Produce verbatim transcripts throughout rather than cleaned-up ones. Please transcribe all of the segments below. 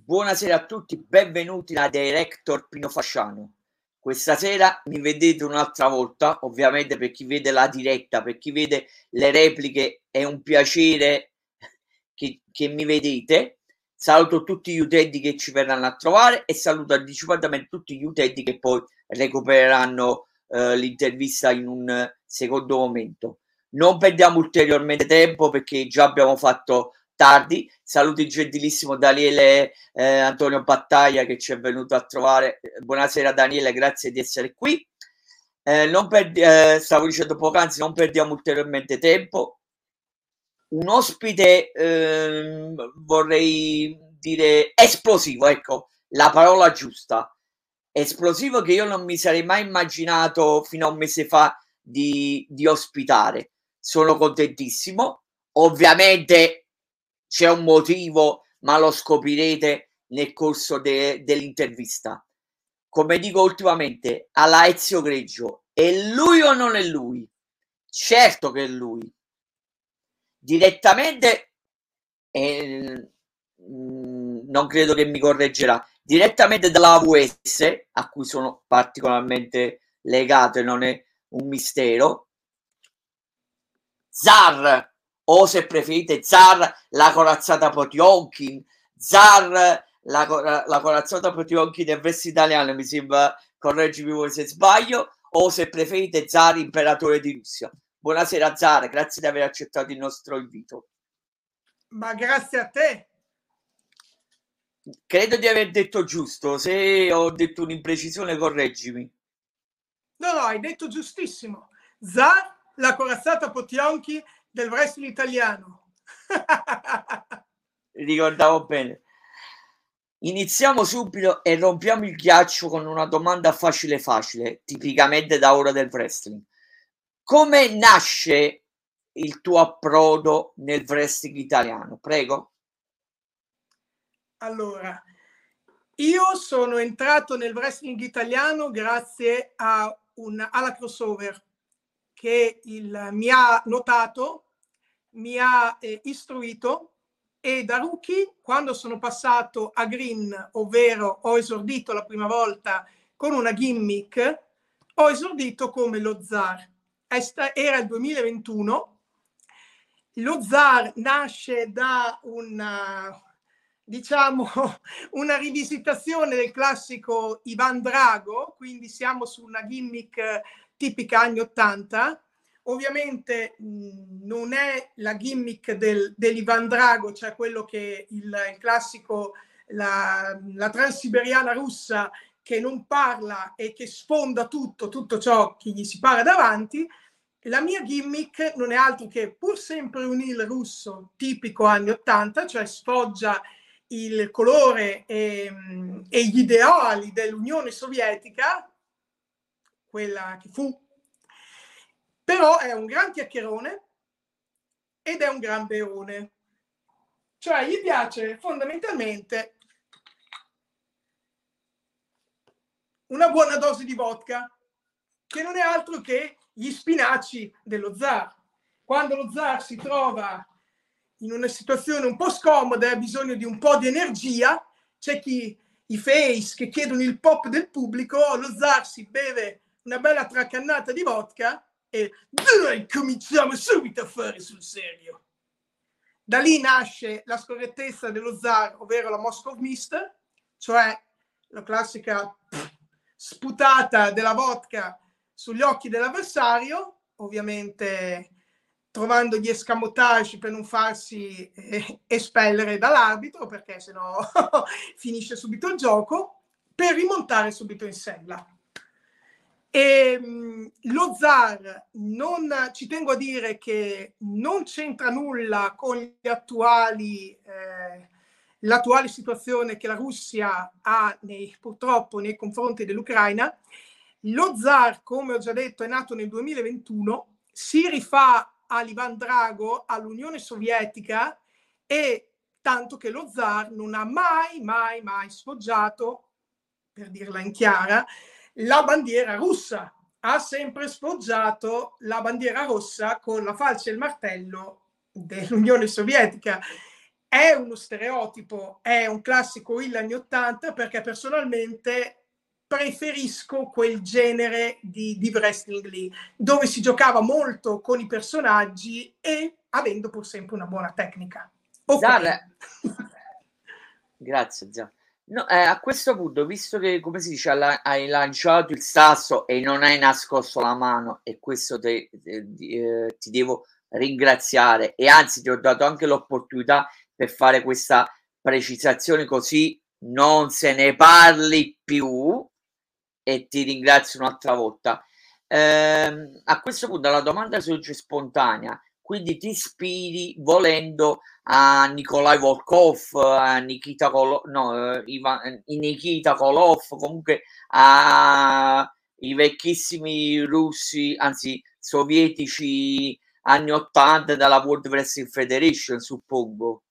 Buonasera a tutti, benvenuti da Director Pino Fasciano. Questa sera mi vedete un'altra volta, ovviamente per chi vede la diretta, per chi vede le repliche è un piacere che, che mi vedete. Saluto tutti gli utenti che ci verranno a trovare e saluto anticipatamente tutti gli utenti che poi recupereranno eh, l'intervista in un secondo momento. Non perdiamo ulteriormente tempo perché già abbiamo fatto tardi. Saluto il gentilissimo Daniele eh, Antonio Battaglia che ci è venuto a trovare. Buonasera Daniele, grazie di essere qui. Eh, non perdi- eh, stavo dicendo poc'anzi, non perdiamo ulteriormente tempo. Un ospite eh, vorrei dire esplosivo, ecco la parola giusta, esplosivo, che io non mi sarei mai immaginato fino a un mese fa di, di ospitare. Sono contentissimo, ovviamente c'è un motivo, ma lo scoprirete nel corso de- dell'intervista. Come dico ultimamente alla Ezio Greggio, è lui o non è lui? Certo che è lui. Direttamente, eh, non credo che mi correggerà, direttamente dalla A W S, a cui sono particolarmente legato e non è un mistero, Zar, o se preferite Zar la corazzata Potionkin, Zar la, la, la corazzata Potionkin del verso italiano, mi sembra, correggimi voi se sbaglio, o se preferite Zar imperatore di Russia. Buonasera Zar, grazie di aver accettato il nostro invito. Ma grazie a te. Credo di aver detto giusto, se ho detto un'imprecisione correggimi. No, no, hai detto giustissimo. Zar, la corazzata Potionkin del wrestling italiano. Ricordavo bene. Iniziamo subito e rompiamo il ghiaccio con una domanda facile facile, tipicamente da ora del wrestling. Come nasce il tuo approdo nel wrestling italiano? Prego. Allora, io sono entrato nel wrestling italiano grazie a un, alla crossover che il, mi ha notato, mi ha eh, istruito, e da rookie, quando sono passato a Green, ovvero ho esordito la prima volta con una gimmick, ho esordito come lo Zar. Era il duemilaventuno. Lo Zar nasce da una, diciamo, una rivisitazione del classico Ivan Drago, quindi siamo su una gimmick tipica anni ottanta. Ovviamente mh, non è la gimmick del, dell'Ivan Drago, cioè quello che il, il classico, la, la transiberiana russa che non parla e che sfonda tutto, tutto ciò che gli si para davanti. La mia gimmick non è altro che pur sempre un heel russo tipico anni ottanta, cioè sfoggia il colore e, e gli ideali dell'Unione Sovietica, quella che fu, però è un gran chiacchierone ed è un gran beone. Cioè gli piace fondamentalmente una buona dose di vodka, che non è altro che gli spinaci dello Zar. Quando lo Zar si trova in una situazione un po' scomoda e ha bisogno di un po' di energia, c'è chi, i face che chiedono il pop del pubblico, lo Zar si beve una bella tracannata di vodka e dai, cominciamo subito a fare sul serio. Da lì nasce la scorrettezza dello Zar, ovvero la Moscow Mist, cioè la classica sputata della vodka sugli occhi dell'avversario, ovviamente trovando gli escamotage per non farsi eh, espellere dall'arbitro, perché sennò finisce subito il gioco, per rimontare subito in sella. E mh, lo Zar, non, ci tengo a dire che non c'entra nulla con gli attuali eh, l'attuale situazione che la Russia ha nei, purtroppo nei confronti dell'Ucraina. Lo Zar, come ho già detto, è nato nel duemilaventuno, si rifà all'Ivan Drago, all'Unione Sovietica, e tanto che lo Zar non ha mai, mai, mai sfoggiato, per dirla in chiara, la bandiera russa. Ha sempre sfoggiato la bandiera rossa con la falce e il martello dell'Unione Sovietica. è uno stereotipo, è un classico Hill anni ottanta, perché personalmente preferisco quel genere di, di wrestling lì, dove si giocava molto con i personaggi e avendo pur sempre una buona tecnica. Ok. Zar, grazie Zar. No, eh, a questo punto, visto che, come si dice, alla- hai lanciato il sasso e non hai nascosto la mano, e questo te, te- eh, ti devo ringraziare, e anzi ti ho dato anche l'opportunità per fare questa precisazione, così non se ne parli più, e ti ringrazio un'altra volta. Ehm, a questo punto la domanda sorge spontanea, quindi ti ispiri volendo a Nikolai Volkov, a Nikita Koloff, no, eh, Ivan, Nikita Koloff, comunque a i vecchissimi russi, anzi sovietici anni ottanta dalla World Wrestling Federation, suppongo.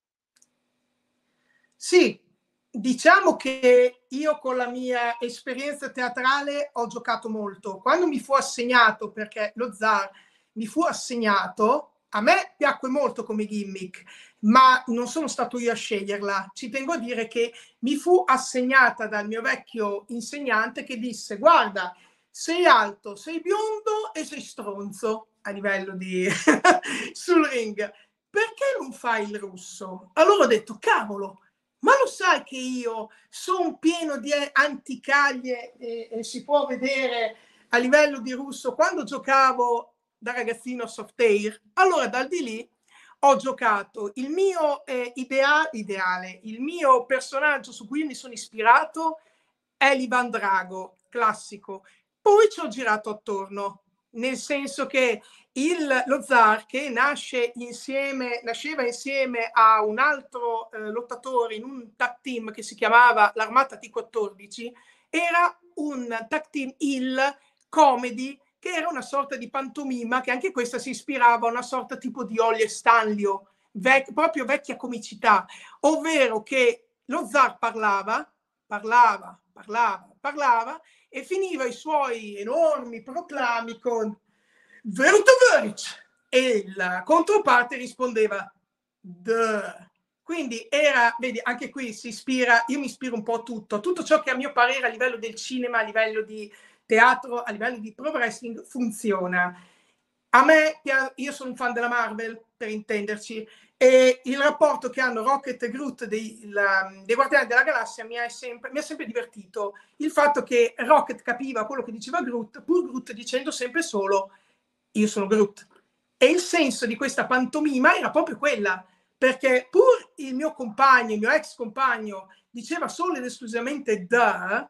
Sì, diciamo che io con la mia esperienza teatrale ho giocato molto. Quando mi fu assegnato, perché lo Zar mi fu assegnato, a me piacque molto come gimmick, ma non sono stato io a sceglierla. Ci tengo a dire che mi fu assegnata dal mio vecchio insegnante, che disse: guarda, sei alto, sei biondo e sei stronzo a livello di sul ring, perché non fai il russo? Allora ho detto, cavolo, ma lo sai che io sono pieno di anticaglie e, e si può vedere a livello di russo quando giocavo da ragazzino a Softair? Allora dal di lì ho giocato il mio eh, idea, ideale, il mio personaggio su cui mi sono ispirato è l'Ivan Drago, classico. Poi ci ho girato attorno, nel senso che il, lo Zar, che nasce insieme, nasceva insieme a un altro eh, lottatore in un tag team che si chiamava l'Armata T quattordici, era un tag team heel comedy, che era una sorta di pantomima, che anche questa si ispirava a una sorta tipo di Ollie e Stanlio, vec- proprio vecchia comicità, ovvero che lo Zar parlava, parlava, parlava, parlava, e finiva i suoi enormi proclami con Vertoveric, e la controparte rispondeva Duh. Quindi era, vedi, anche qui si ispira, io mi ispiro un po' a tutto, tutto ciò che a mio parere a livello del cinema, a livello di teatro, a livello di pro wrestling funziona. A me, io sono un fan della Marvel, per intenderci, e il rapporto che hanno Rocket e Groot dei, la, dei Guardiani della Galassia mi, è sempre, mi ha sempre divertito. Il fatto che Rocket capiva quello che diceva Groot, pur Groot dicendo sempre solo io sono Groot. E il senso di questa pantomima era proprio quella, perché pur il mio compagno, il mio ex compagno, diceva solo ed esclusivamente da,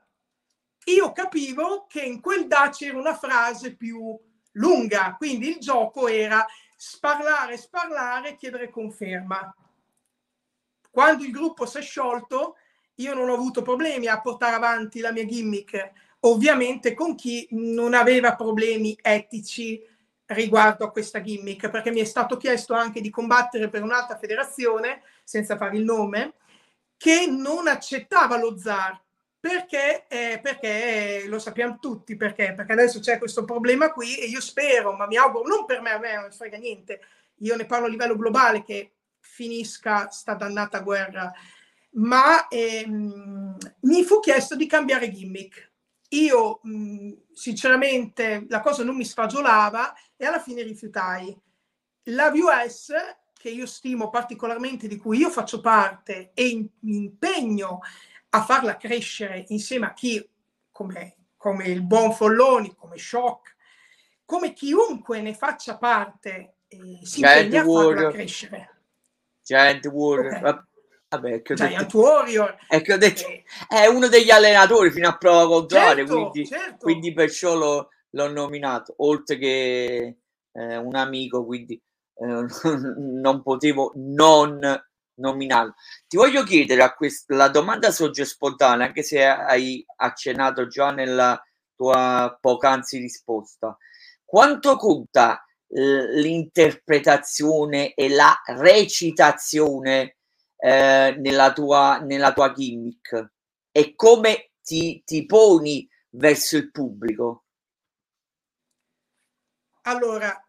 io capivo che in quel da c'era una frase più lunga, quindi il gioco era sparlare, sparlare, chiedere conferma. Quando il gruppo si è sciolto, io non ho avuto problemi a portare avanti la mia gimmick, ovviamente con chi non aveva problemi etici riguardo a questa gimmick, perché mi è stato chiesto anche di combattere per un'altra federazione, senza fare il nome, che non accettava lo Zar. Perché? Eh, perché lo sappiamo tutti, perché? Perché adesso c'è questo problema qui e io spero, ma mi auguro, non per me, a me non frega niente, io ne parlo a livello globale, che finisca sta dannata guerra, ma ehm, mi fu chiesto di cambiare gimmick. Io mh, sinceramente la cosa non mi sfagiolava e alla fine rifiutai. La V U S, che io stimo particolarmente, di cui io faccio parte e in, mi impegno a farla crescere insieme a chi, come, come il buon Folloni, come Shock, come chiunque ne faccia parte, eh, si Giant impegna a farla Warrior, crescere. Giant Warrior, Okay. vabbè, che ho Giant detto, Warrior. è che ho detto, Eh, è uno degli allenatori fino a prova contraria, certo, quindi, certo. quindi perciò lo, l'ho nominato, oltre che eh, un amico, quindi eh, non potevo non nominarlo. Ti voglio chiedere a questa, la domanda sorge spontanea, anche se hai accennato già nella tua poc'anzi risposta. Quanto conta eh, l'interpretazione e la recitazione eh, nella tua nella tua gimmick, e come ti, ti poni verso il pubblico? Allora,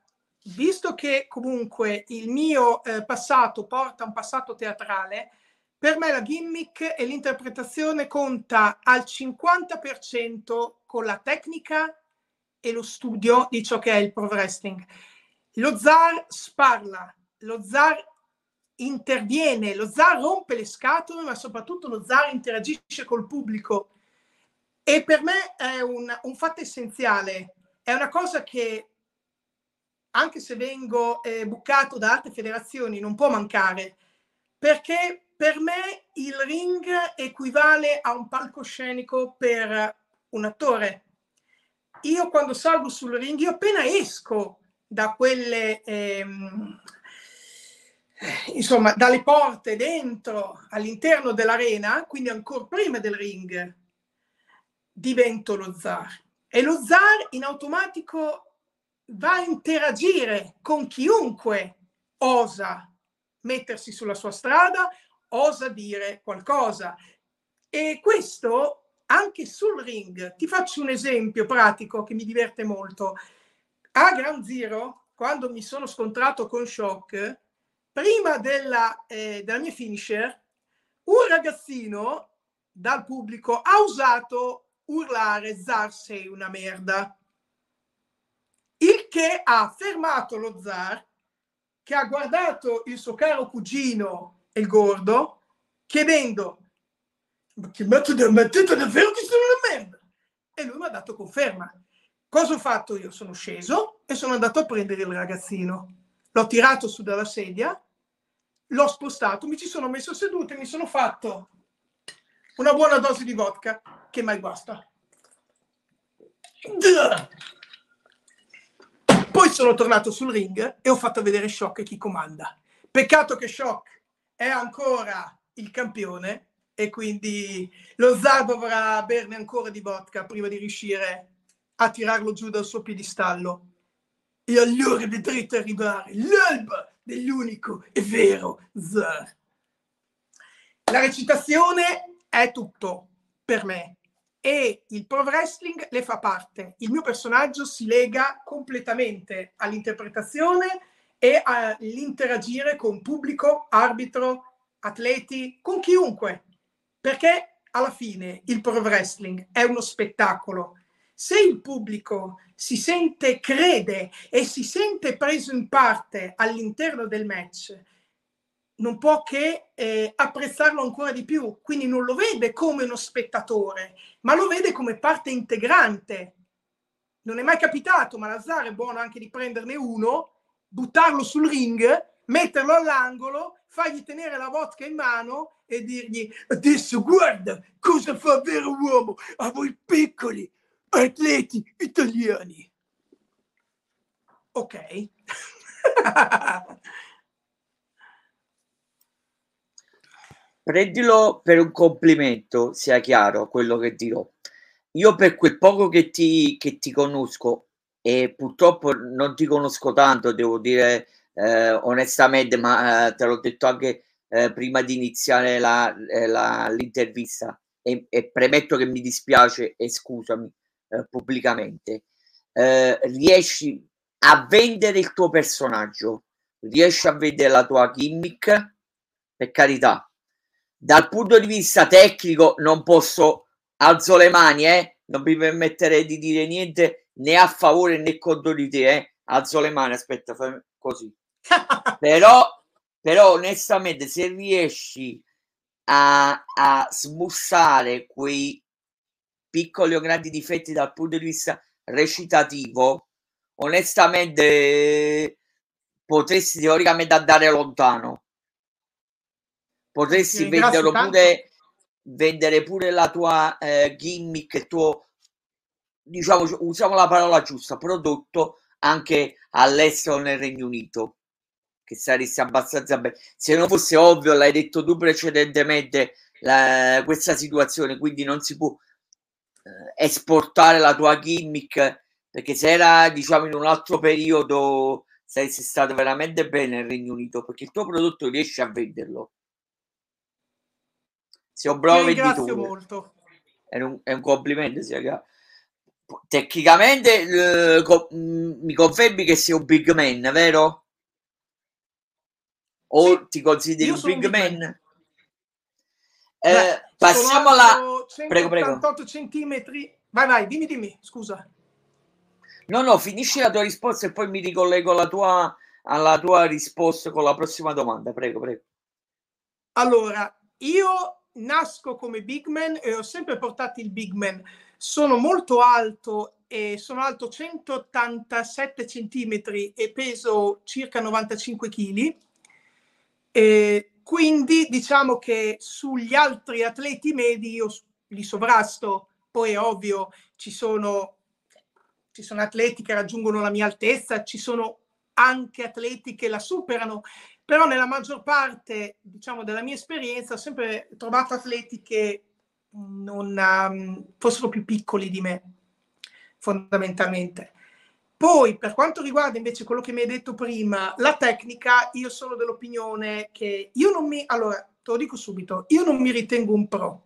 visto che comunque il mio eh, passato porta un passato teatrale, per me la gimmick e l'interpretazione conta al cinquanta per cento con la tecnica e lo studio di ciò che è il pro wrestling. Lo zar sparla, lo zar interviene, lo zar rompe le scatole, ma soprattutto lo zar interagisce col pubblico. E per me è un, un fatto essenziale, è una cosa che anche se vengo eh, bucato da altre federazioni non può mancare, perché per me il ring equivale a un palcoscenico per un attore. Io quando salgo sul ring, io appena esco da quelle ehm, insomma dalle porte dentro all'interno dell'arena, quindi ancora prima del ring, divento lo zar, e lo zar in automatico va a interagire con chiunque osa mettersi sulla sua strada, osa dire qualcosa. E questo anche sul ring. Ti faccio un esempio pratico che mi diverte molto. A Ground Zero, quando mi sono scontrato con Shock, prima della, eh, della mia finisher, un ragazzino dal pubblico ha usato urlare "Zar sei una merda", il che ha fermato lo zar, che ha guardato il suo caro cugino, il gordo, chiedendo: ma che metodo mettete davvero che sono una merda? E lui mi ha dato conferma. Cosa ho fatto io? Sono sceso e sono andato a prendere il ragazzino, l'ho tirato su dalla sedia, l'ho spostato, mi ci sono messo seduto e mi sono fatto una buona dose di vodka che mai guasta. Poi sono tornato sul ring e ho fatto vedere Shock chi comanda. Peccato che Shock è ancora il campione e quindi lo zar dovrà berne ancora di vodka prima di riuscire a tirarlo giù dal suo piedistallo. E allora vedrete arrivare l'alba dell'unico e vero zar. La recitazione è tutto per me e il pro wrestling le fa parte. Il mio personaggio si lega completamente all'interpretazione e all'interagire con pubblico, arbitro, atleti, con chiunque, perché alla fine il pro wrestling è uno spettacolo. Se il pubblico si sente, crede e si sente preso in parte all'interno del match, non può che eh, apprezzarlo ancora di più, quindi non lo vede come uno spettatore, ma lo vede come parte integrante. Non è mai capitato, ma Lazar è buono anche di prenderne uno, buttarlo sul ring, metterlo all'angolo, fargli tenere la vodka in mano e dirgli: adesso guarda cosa fa vero uomo a voi piccoli atleti italiani. Ok. Prendilo per un complimento, sia chiaro quello che dirò. Io per quel poco che ti, che ti conosco, e purtroppo non ti conosco tanto, devo dire eh, onestamente, ma eh, te l'ho detto anche eh, prima di iniziare la, eh, la, l'intervista, e, e premetto che mi dispiace e scusami eh, pubblicamente, eh, riesci a vendere il tuo personaggio, riesci a vendere la tua gimmick, per carità. Dal punto di vista tecnico non posso, alzo le mani, eh? Non mi permetterei di dire niente né a favore né contro di te, eh? Alzo le mani, aspetta, fai così. però, però onestamente se riesci a, a smussare quei piccoli o grandi difetti dal punto di vista recitativo, onestamente potresti teoricamente andare lontano. Potresti vendere pure, vendere pure la tua eh, gimmick, il tuo, diciamo, usiamo la parola giusta, prodotto anche all'estero, nel Regno Unito, che saresti abbastanza bene. Se non fosse ovvio, l'hai detto tu precedentemente, la, questa situazione, quindi non si può eh, esportare la tua gimmick, perché se era, diciamo, in un altro periodo saresti stato veramente bene nel Regno Unito, perché il tuo prodotto riesce a venderlo. Sei un bravo venditore. Molto. È un, è un complimento, sia che Tecnicamente eh, co- mh, mi confermi che sei un big man, vero? O Sì, ti consideri io un sono un big big man? man. Beh, Eh, sono passiamo alla... alto Prego, prego. centottantotto centimetri. Vai, vai, dimmi, dimmi, scusa. No, no, finisci la tua risposta e poi mi ricollego alla tua, alla tua risposta con la prossima domanda. Prego, prego. Allora, io nasco come big man e ho sempre portato il big man. Sono molto alto e sono alto centottantasette centimetri e peso circa novantacinque chili. E quindi diciamo che sugli altri atleti medi io li sovrasto. Poi è ovvio, ci sono, ci sono atleti che raggiungono la mia altezza, ci sono anche atleti che la superano, però nella maggior parte, diciamo, della mia esperienza ho sempre trovato atleti che non um, fossero più piccoli di me, fondamentalmente. Poi, per quanto riguarda invece quello che mi hai detto prima, la tecnica, io sono dell'opinione che io non mi... Allora, te lo dico subito, io non mi ritengo un pro.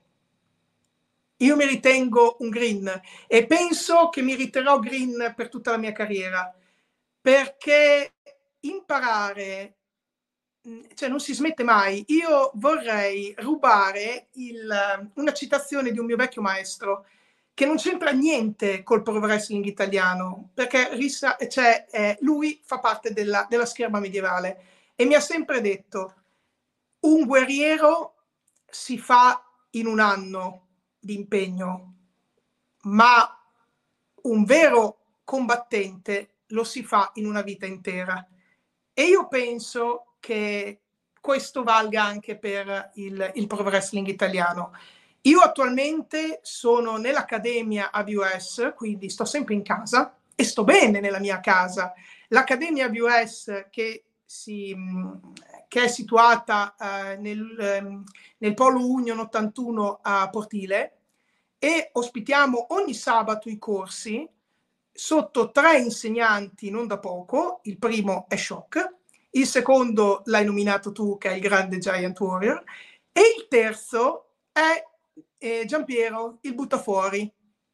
Io mi ritengo un green e penso che mi riterrò green per tutta la mia carriera, perché imparare, cioè non si smette mai. Io vorrei rubare il, una citazione di un mio vecchio maestro che non c'entra niente col pro wrestling italiano, perché Rissa, cioè, eh, lui fa parte della, della scherma medievale e mi ha sempre detto: un guerriero si fa in un anno di impegno, ma un vero combattente lo si fa in una vita intera. E io penso che questo valga anche per il, il pro wrestling italiano. Io attualmente sono nell'Accademia A V S, quindi sto sempre in casa e sto bene nella mia casa. L'Accademia A V S che, si, che è situata eh, nel, ehm, nel Polo Union ottantuno a Portile, e ospitiamo ogni sabato i corsi sotto tre insegnanti non da poco. Il primo è Shock, il secondo l'hai nominato tu, che è il grande Giant Warrior, e il terzo è eh, Giampiero, il buttafuori.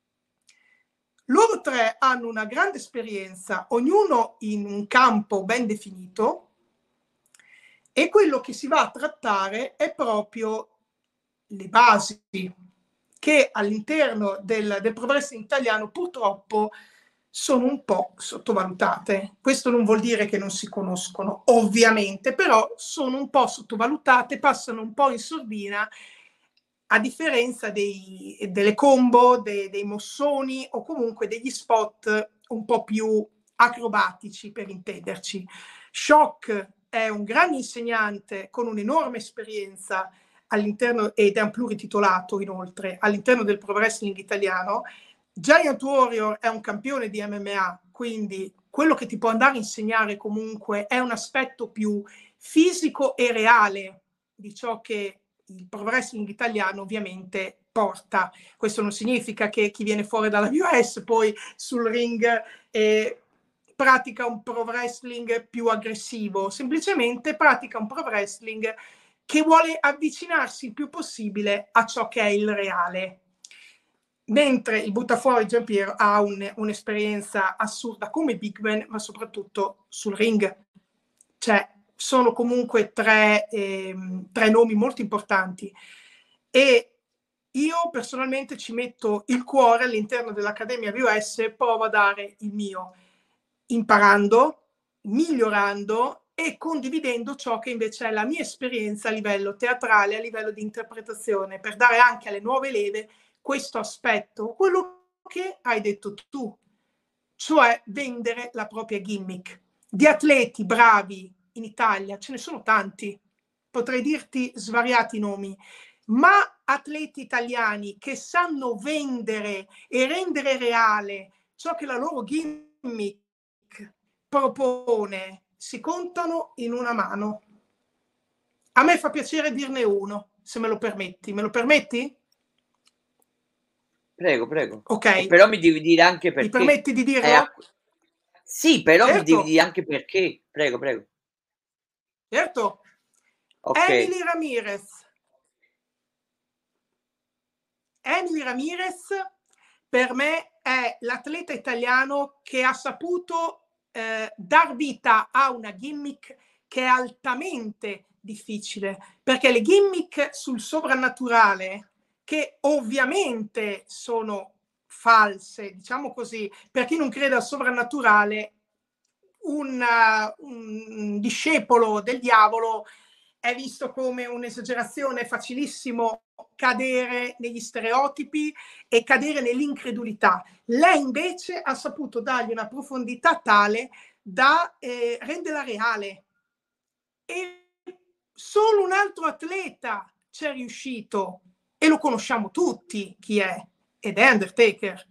Loro tre hanno una grande esperienza, ognuno in un campo ben definito, e quello che si va a trattare è proprio le basi che all'interno del, del pro wrestling italiano purtroppo sono un po' sottovalutate. Questo non vuol dire che non si conoscono, ovviamente, però sono un po' sottovalutate, passano un po' in sordina, a differenza dei, delle combo, dei, dei mossoni o comunque degli spot un po' più acrobatici, per intenderci. Shock è un grande insegnante con un'enorme esperienza all'interno, ed è un plurititolato inoltre, all'interno del pro wrestling italiano. Giant Warrior è un campione di M M A, quindi quello che ti può andare a insegnare comunque è un aspetto più fisico e reale di ciò che il pro wrestling italiano ovviamente porta. Questo non significa che chi viene fuori dalla V O S poi sul ring eh, pratica un pro wrestling più aggressivo, semplicemente pratica un pro wrestling che vuole avvicinarsi il più possibile a ciò che è il reale. Mentre il buttafuori Giampiero ha un, un'esperienza assurda come big man, ma soprattutto sul ring. Cioè, sono comunque tre, eh, tre nomi molto importanti. E io personalmente ci metto il cuore all'interno dell'Accademia V O S, provo a dare il mio, imparando, migliorando e condividendo ciò che invece è la mia esperienza a livello teatrale, a livello di interpretazione, per dare anche alle nuove leve questo aspetto, quello che hai detto tu, cioè vendere la propria gimmick. Di atleti bravi in Italia ce ne sono tanti, potrei dirti svariati nomi, ma atleti italiani che sanno vendere e rendere reale ciò che la loro gimmick propone si contano in una mano. A me fa piacere dirne uno, se me lo permetti. Me lo permetti? Prego, prego. Ok. E però mi devi dire anche Mi perché. permetti di dirlo? A... Sì, però certo. Mi devi Certo. dire anche perché. Prego, prego. Certo. Okay. Emily Ramirez. Emily Ramirez per me è l'atleta italiano che ha saputo eh, dar vita a una gimmick che è altamente difficile, perché le gimmick sul sovrannaturale, che ovviamente sono false, diciamo così, per chi non crede al sovrannaturale, un, uh, un discepolo del diavolo è visto come un'esagerazione, è facilissimo cadere negli stereotipi e cadere nell'incredulità. Lei invece ha saputo dargli una profondità tale da eh, renderla reale. E solo un altro atleta ci è riuscito, e lo conosciamo tutti chi è, ed è Undertaker.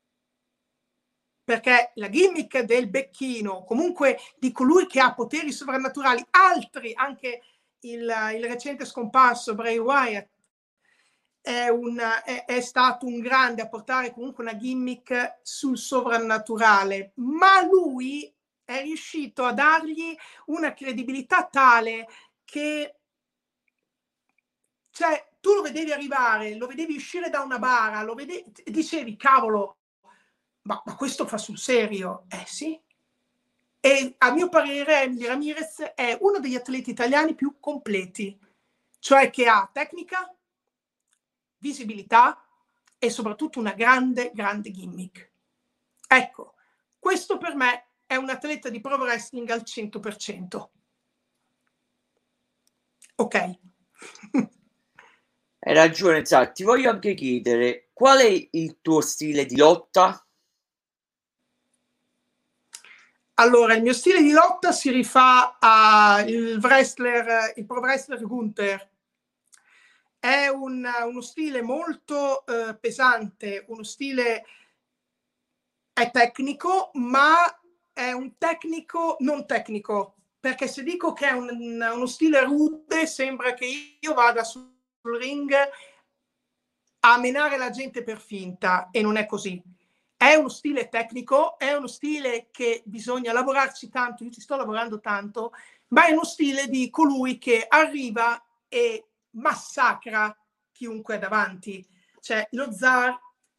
Perché la gimmick del becchino, comunque di colui che ha poteri sovrannaturali, altri, anche il, il recente scomparso Bray Wyatt, è, un, è, è stato un grande a portare comunque una gimmick sul sovrannaturale, ma lui è riuscito a dargli una credibilità tale che, cioè, tu lo vedevi arrivare, lo vedevi uscire da una bara, lo vedevi, dicevi, cavolo, ma, ma questo fa sul serio? Eh sì. E a mio parere Emily Ramirez è uno degli atleti italiani più completi, cioè che ha tecnica, visibilità e soprattutto una grande, grande gimmick. Ecco, questo per me è un atleta di pro wrestling al cento per cento. Ok. Hai ragione, Zach. Ti voglio anche chiedere, qual è il tuo stile di lotta? Allora, il mio stile di lotta si rifà al wrestler, il pro wrestler Gunther. È un, uno stile molto eh, pesante, uno stile è tecnico, ma è un tecnico non tecnico, perché se dico che è un, uno stile rude sembra che io vada sul ring a menare la gente per finta, e non è così. È uno stile tecnico, è uno stile che bisogna lavorarci tanto, io ci sto lavorando tanto, ma è uno stile di colui che arriva e massacra chiunque è davanti. Cioè, lo Zar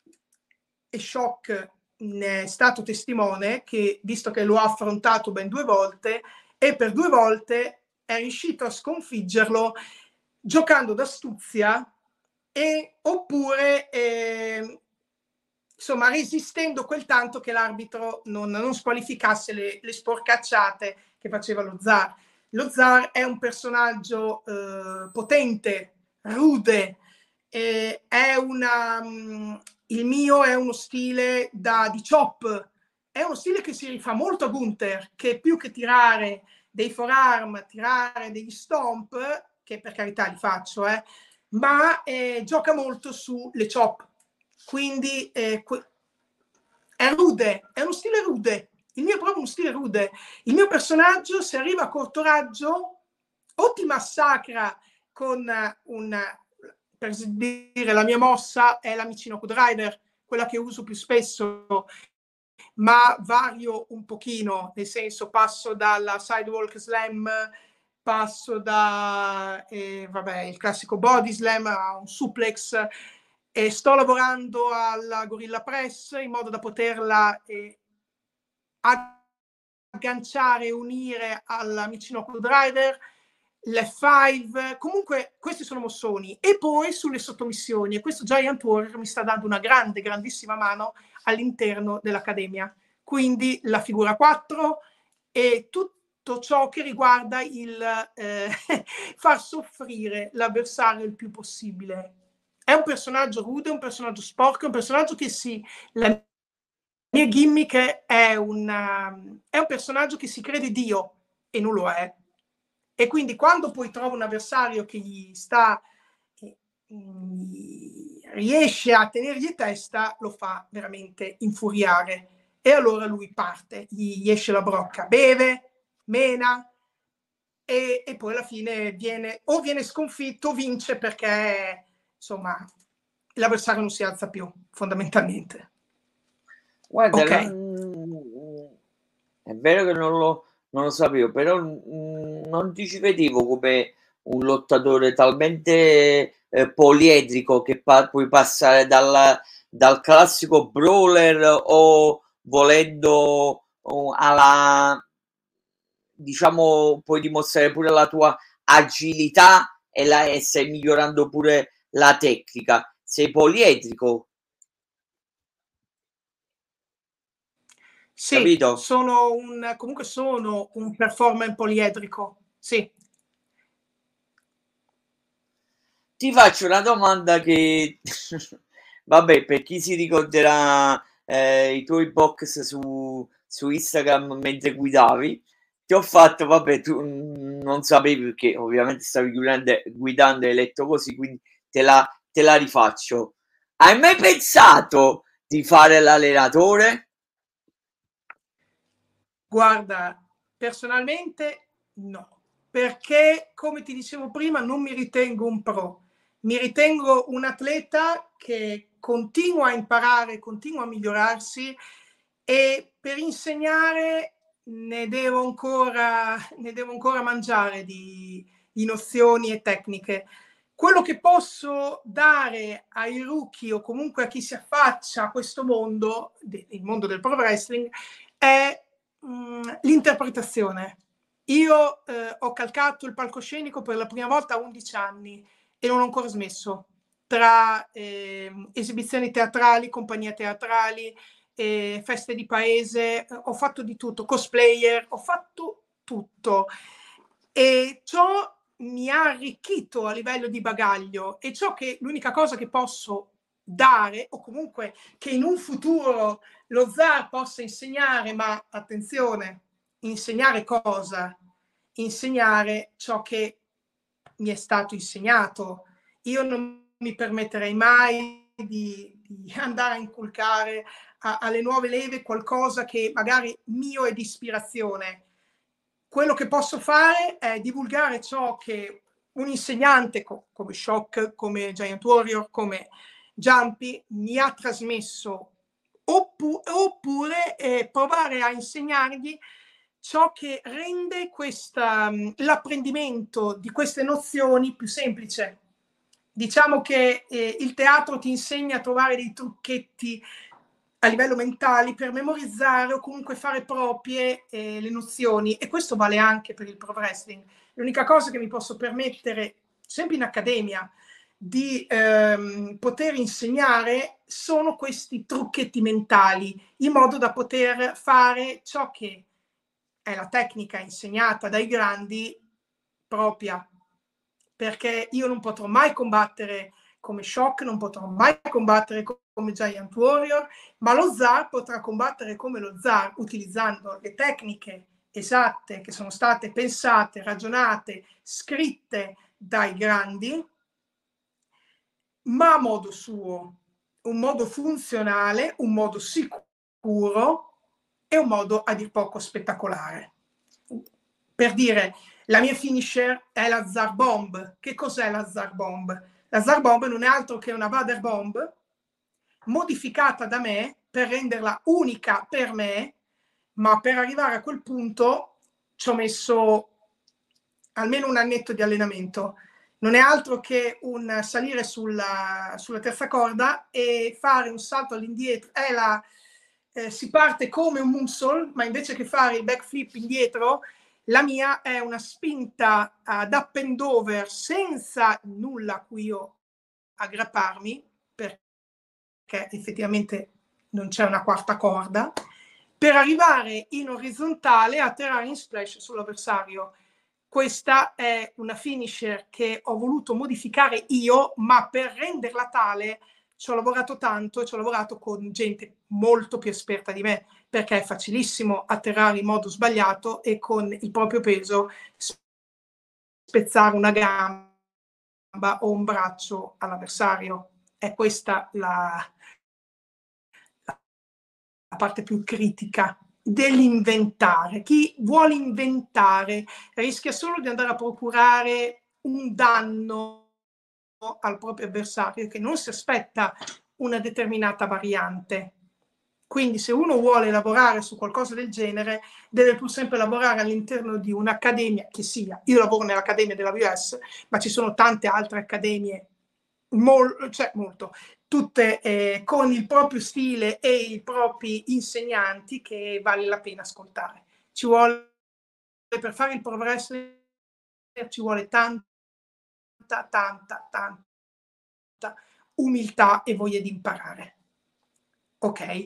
e Shock ne è stato testimone, che visto che lo ha affrontato ben due volte, e per due volte è riuscito a sconfiggerlo giocando d'astuzia e oppure eh, insomma resistendo quel tanto che l'arbitro non, non squalificasse le, le sporcacciate che faceva lo Zar. Lo Zar è un personaggio eh, potente, rude, eh, è una, um, il mio è uno stile da di chop, è uno stile che si rifà molto a Gunther, che più che tirare dei forearm, tirare degli stomp, che per carità li faccio, eh, ma eh, gioca molto sulle chop. Quindi eh, è rude, è uno stile rude. Il mio è proprio uno stile rude. Il mio personaggio, se arriva a corto raggio, o ti massacra con un, per dire, la mia mossa è la Michinoku Driver, quella che uso più spesso, ma vario un pochino, nel senso passo dalla Sidewalk Slam, passo da eh, vabbè, il classico Body Slam a un suplex, e sto lavorando alla Gorilla Press in modo da poterla eh, agganciare e unire alla Michinoku Driver, l'F cinque, comunque questi sono mossoni. E poi sulle sottomissioni, e questo Giant Warrior mi sta dando una grande, grandissima mano all'interno dell'Accademia. Quindi la figura quattro e tutto ciò che riguarda il eh, far soffrire l'avversario il più possibile. È un personaggio rude, un personaggio sporco, un personaggio che si... La mia gimmick è, una, è un personaggio che si crede Dio e non lo è. E quindi quando poi trova un avversario che gli sta... riesce a tenergli testa, lo fa veramente infuriare. E allora lui parte, gli esce la brocca, beve, mena e, e poi alla fine viene o viene sconfitto o vince, perché insomma l'avversario non si alza più, fondamentalmente. Guarda, okay. non... è vero che non lo, non lo sapevo, però non ti ci vedevo come un lottatore talmente eh, poliedrico che pa- puoi passare dalla, dal classico brawler o volendo o alla, diciamo, puoi dimostrare pure la tua agilità e, la, e stai migliorando pure la tecnica. Sei poliedrico. Sì, capito? sono un, comunque sono un performer poliedrico, sì. Ti faccio una domanda che, vabbè, per chi si ricorderà eh, i tuoi box su, su Instagram mentre guidavi, ti ho fatto, vabbè, tu mm, non sapevi perché ovviamente stavi guidando, guidando e hai letto così, quindi te la, te la rifaccio. Hai mai pensato di fare l'allenatore? Guarda, personalmente no, perché come ti dicevo prima non mi ritengo un pro, mi ritengo un atleta che continua a imparare, continua a migliorarsi e per insegnare ne devo ancora, ne devo ancora mangiare di, di nozioni e tecniche. Quello che posso dare ai rookie o comunque a chi si affaccia a questo mondo, il mondo del pro wrestling, è l'interpretazione. Io eh, ho calcato il palcoscenico per la prima volta a undici anni e non ho ancora smesso. Tra eh, esibizioni teatrali, compagnie teatrali, eh, feste di paese, eh, ho fatto di tutto, cosplayer, ho fatto tutto. E ciò mi ha arricchito a livello di bagaglio e ciò che l'unica cosa che posso dare, o comunque che in un futuro lo zar possa insegnare, ma attenzione, insegnare cosa? Insegnare ciò che mi è stato insegnato. Io non mi permetterei mai di, di andare a inculcare a, alle nuove leve qualcosa che magari mio è di ispirazione. Quello che posso fare è divulgare ciò che un insegnante co- come Shock, come Giant Warrior, come Jumpy mi ha trasmesso, oppu- oppure eh, provare a insegnargli ciò che rende questa, l'apprendimento di queste nozioni più semplice. Diciamo che eh, il teatro ti insegna a trovare dei trucchetti a livello mentale per memorizzare o comunque fare proprie eh, le nozioni, e questo vale anche per il pro wrestling. L'unica cosa che mi posso permettere, sempre in accademia, di ehm, poter insegnare sono questi trucchetti mentali, in modo da poter fare ciò che è la tecnica insegnata dai grandi propria, perché io non potrò mai combattere come Shock, non potrò mai combattere come Giant Warrior, ma lo zar potrà combattere come lo zar utilizzando le tecniche esatte che sono state pensate, ragionate, scritte dai grandi, ma a modo suo, un modo funzionale, un modo sicuro e un modo a dir poco spettacolare. Per dire, la mia finisher è la Zar Bomb. Che cos'è la Zar Bomb? La Zar Bomb non è altro che una Vader Bomb modificata da me per renderla unica per me, ma per arrivare a quel punto ci ho messo almeno un annetto di allenamento. Non è altro che un salire sulla, sulla terza corda e fare un salto all'indietro. È la, eh, si parte come un moonsault, ma invece che fare il backflip indietro, la mia è una spinta ad up and over senza nulla a cui io aggrapparmi, perché effettivamente non c'è una quarta corda, per arrivare in orizzontale a atterrare in splash sull'avversario. Questa è una finisher che ho voluto modificare io, ma per renderla tale ci ho lavorato tanto e ci ho lavorato con gente molto più esperta di me, perché è facilissimo atterrare in modo sbagliato e con il proprio peso spezzare una gamba o un braccio all'avversario. È questa la, la parte più critica dell'inventare. Chi vuole inventare rischia solo di andare a procurare un danno al proprio avversario che non si aspetta una determinata variante. Quindi se uno vuole lavorare su qualcosa del genere deve pur sempre lavorare all'interno di un'accademia che sia. Io lavoro nell'accademia della V S, ma ci sono tante altre accademie, mol- cioè molto tutte eh, con il proprio stile e i propri insegnanti, che vale la pena ascoltare. Ci vuole, per fare il pro wrestling, ci vuole tanta, tanta, tanta umiltà e voglia di imparare. Ok?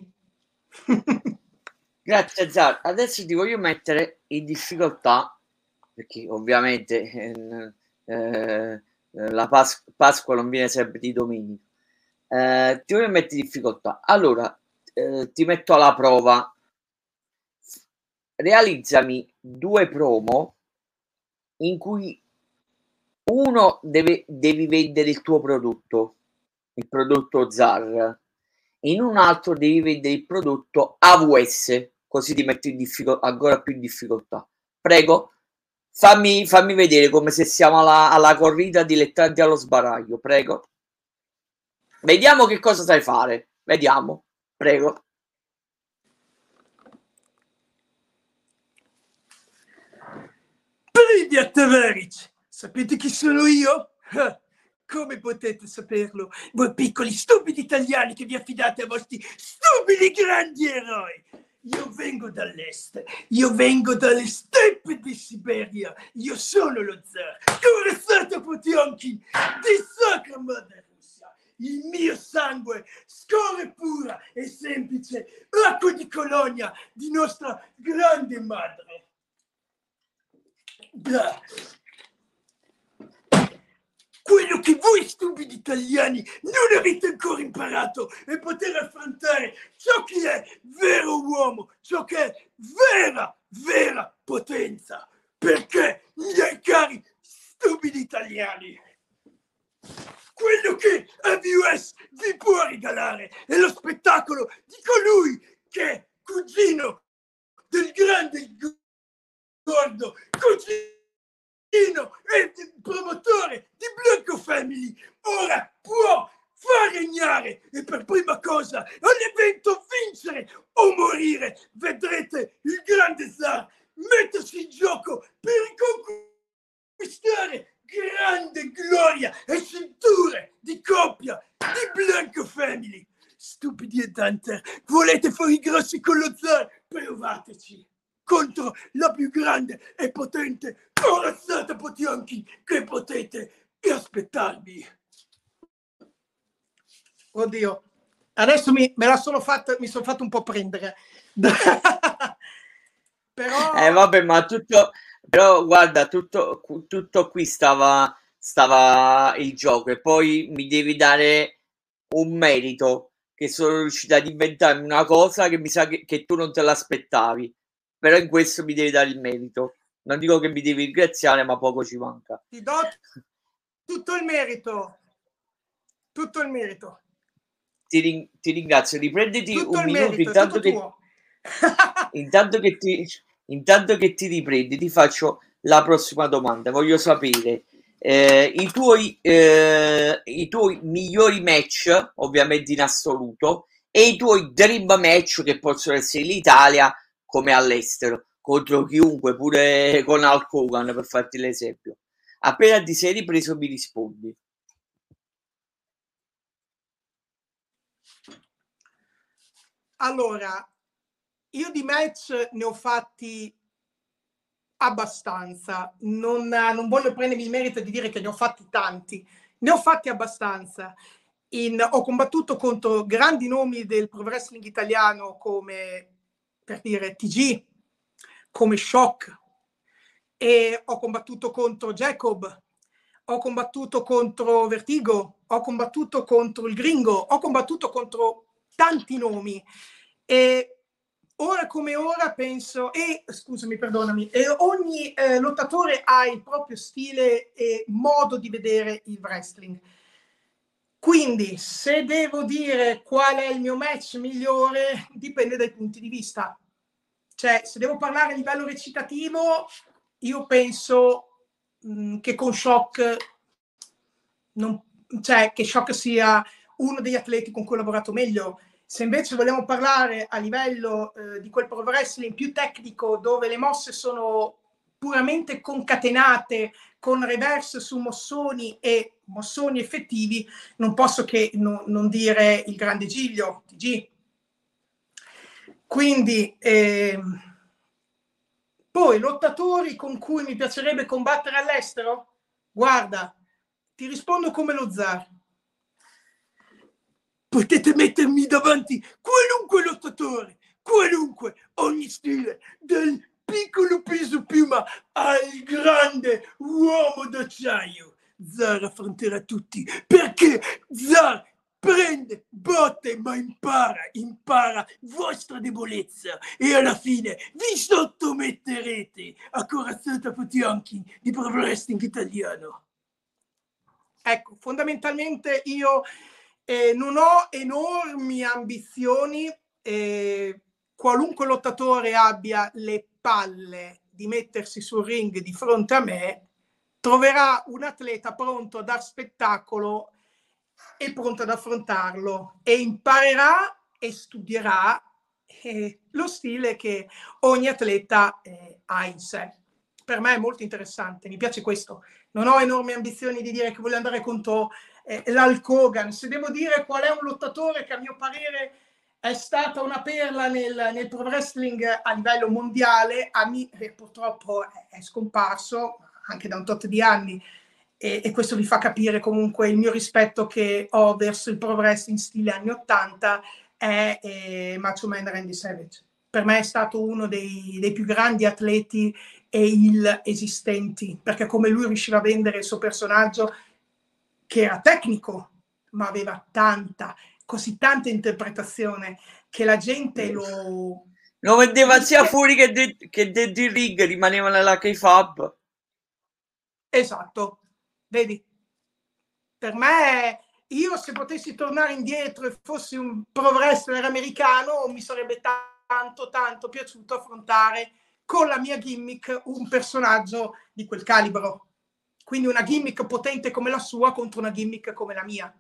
Grazie Zar, adesso ti voglio mettere in difficoltà, perché ovviamente eh, eh, la Pas- Pasqua non viene sempre di domenica. Eh, ti voglio mettere in difficoltà. Allora, eh, ti metto alla prova. Realizzami due promo in cui uno deve, devi vendere il tuo prodotto, il prodotto Zar, in un altro devi vendere il prodotto A W S, così ti metto in difficoltà, ancora più in difficoltà. Prego, fammi, fammi vedere come se siamo alla, alla corrida dilettanti allo sbaraglio, prego. Vediamo che cosa sai fare, vediamo, prego. Privyet Tavaric, sapete chi sono io? Ah, come potete saperlo, voi piccoli stupidi italiani che vi affidate a vostri stupidi grandi eroi? Io vengo dall'est, io vengo dalle steppe di Siberia, io sono lo zar, Corazzato Potionkin di Sacra Madre Russia. Il mio sangue scorre pura e semplice acqua di colonia di nostra grande madre. Blah. Quello che voi stupidi italiani non avete ancora imparato è poter affrontare ciò che è vero uomo, ciò che è vera, vera potenza. Perché, miei cari stupidi italiani, quello che A W S vi può regalare è lo spettacolo di colui che è cugino del grande gordo, cugino e promotore di Blanco Family. Ora può far regnare e per prima cosa all'evento vincere o morire. Vedrete il grande zar mettersi in gioco per riconquistare grande gloria e cinture di coppia di Blanco Family. Stupidi e Hunter, volete fare i grossi con lo zar? Provateci contro la più grande e potente Corazzata Potionkin che potete aspettarvi. Oddio, adesso mi, me la sono fatta, mi sono fatto un po' prendere. Però... Eh vabbè, ma tutto, però guarda, tutto, tutto qui stava, stava il gioco e poi mi devi dare un merito, che sono riuscita ad inventarmi una cosa che mi sa che, che tu non te l'aspettavi, però in questo mi devi dare il merito. Non dico che mi devi ringraziare, ma poco ci manca. Ti do tutto il merito, tutto il merito. Ti, ring- ti ringrazio, riprenditi tutto un il minuto, merito, intanto che, tuo. intanto, che ti, intanto che ti riprendi, ti faccio la prossima domanda. Voglio sapere eh, i, tuoi, eh, i tuoi migliori match, ovviamente in assoluto, e i tuoi dream match che possono essere in Italia come all'estero, contro chiunque, pure con Hulk Hogan, per farti l'esempio. Appena ti sei ripreso mi rispondi. Allora, io di match ne ho fatti abbastanza, non, non voglio prendermi il merito di dire che ne ho fatti tanti, ne ho fatti abbastanza. In, ho combattuto contro grandi nomi del pro wrestling italiano come, per dire, T G, come Shock, e ho combattuto contro Jacob, ho combattuto contro Vertigo, ho combattuto contro il Gringo, ho combattuto contro tanti nomi e ora come ora penso, e scusami, perdonami, e ogni eh, lottatore ha il proprio stile e modo di vedere il wrestling. Quindi, se devo dire qual è il mio match migliore, dipende dai punti di vista. Cioè, se devo parlare a livello recitativo, io penso mh, che con Shock, non, cioè, che Shock sia uno degli atleti con cui ho lavorato meglio. Se invece vogliamo parlare a livello eh, di quel pro wrestling più tecnico, dove le mosse sono puramente concatenate con reverse su mossoni e mossoni effettivi, non posso che no, non dire il grande Giglio, T G. Quindi, eh, poi lottatori con cui mi piacerebbe combattere all'estero? Guarda, ti rispondo come lo zar. Potete mettermi davanti qualunque lottatore, qualunque, ogni stile, dal piccolo peso piuma al grande uomo d'acciaio. Zar affronterà tutti, perché Zar prende botte ma impara, impara vostra debolezza e alla fine vi sottometterete a corazzata Potionkin di Pro Wrestling italiano. Ecco, fondamentalmente io eh, non ho enormi ambizioni, eh, qualunque lottatore abbia le palle di mettersi sul ring di fronte a me troverà un atleta pronto a dar spettacolo e pronto ad affrontarlo e imparerà e studierà eh, lo stile che ogni atleta eh, ha in sé. Per me è molto interessante, mi piace questo. Non ho enormi ambizioni di dire che voglio andare contro eh, l'Hulk Hogan. Se devo dire qual è un lottatore che a mio parere è stata una perla nel, nel pro wrestling a livello mondiale, a me, eh, purtroppo è, è scomparso anche da un tot di anni, e, e questo vi fa capire comunque il mio rispetto che ho verso il pro wrestling stile anni ottanta, è eh, Macho Man Randy Savage. Per me è stato uno dei, dei più grandi atleti e il esistenti, perché come lui riusciva a vendere il suo personaggio, che era tecnico, ma aveva tanta, così tanta interpretazione, che la gente lo... Lo vendeva sia fuori che, de- che dentro il ring, rimaneva nella K-Fab. Esatto, vedi? Per me, io se potessi tornare indietro e fossi un pro wrestler americano, mi sarebbe tanto, tanto piaciuto affrontare con la mia gimmick un personaggio di quel calibro. Quindi una gimmick potente come la sua contro una gimmick come la mia.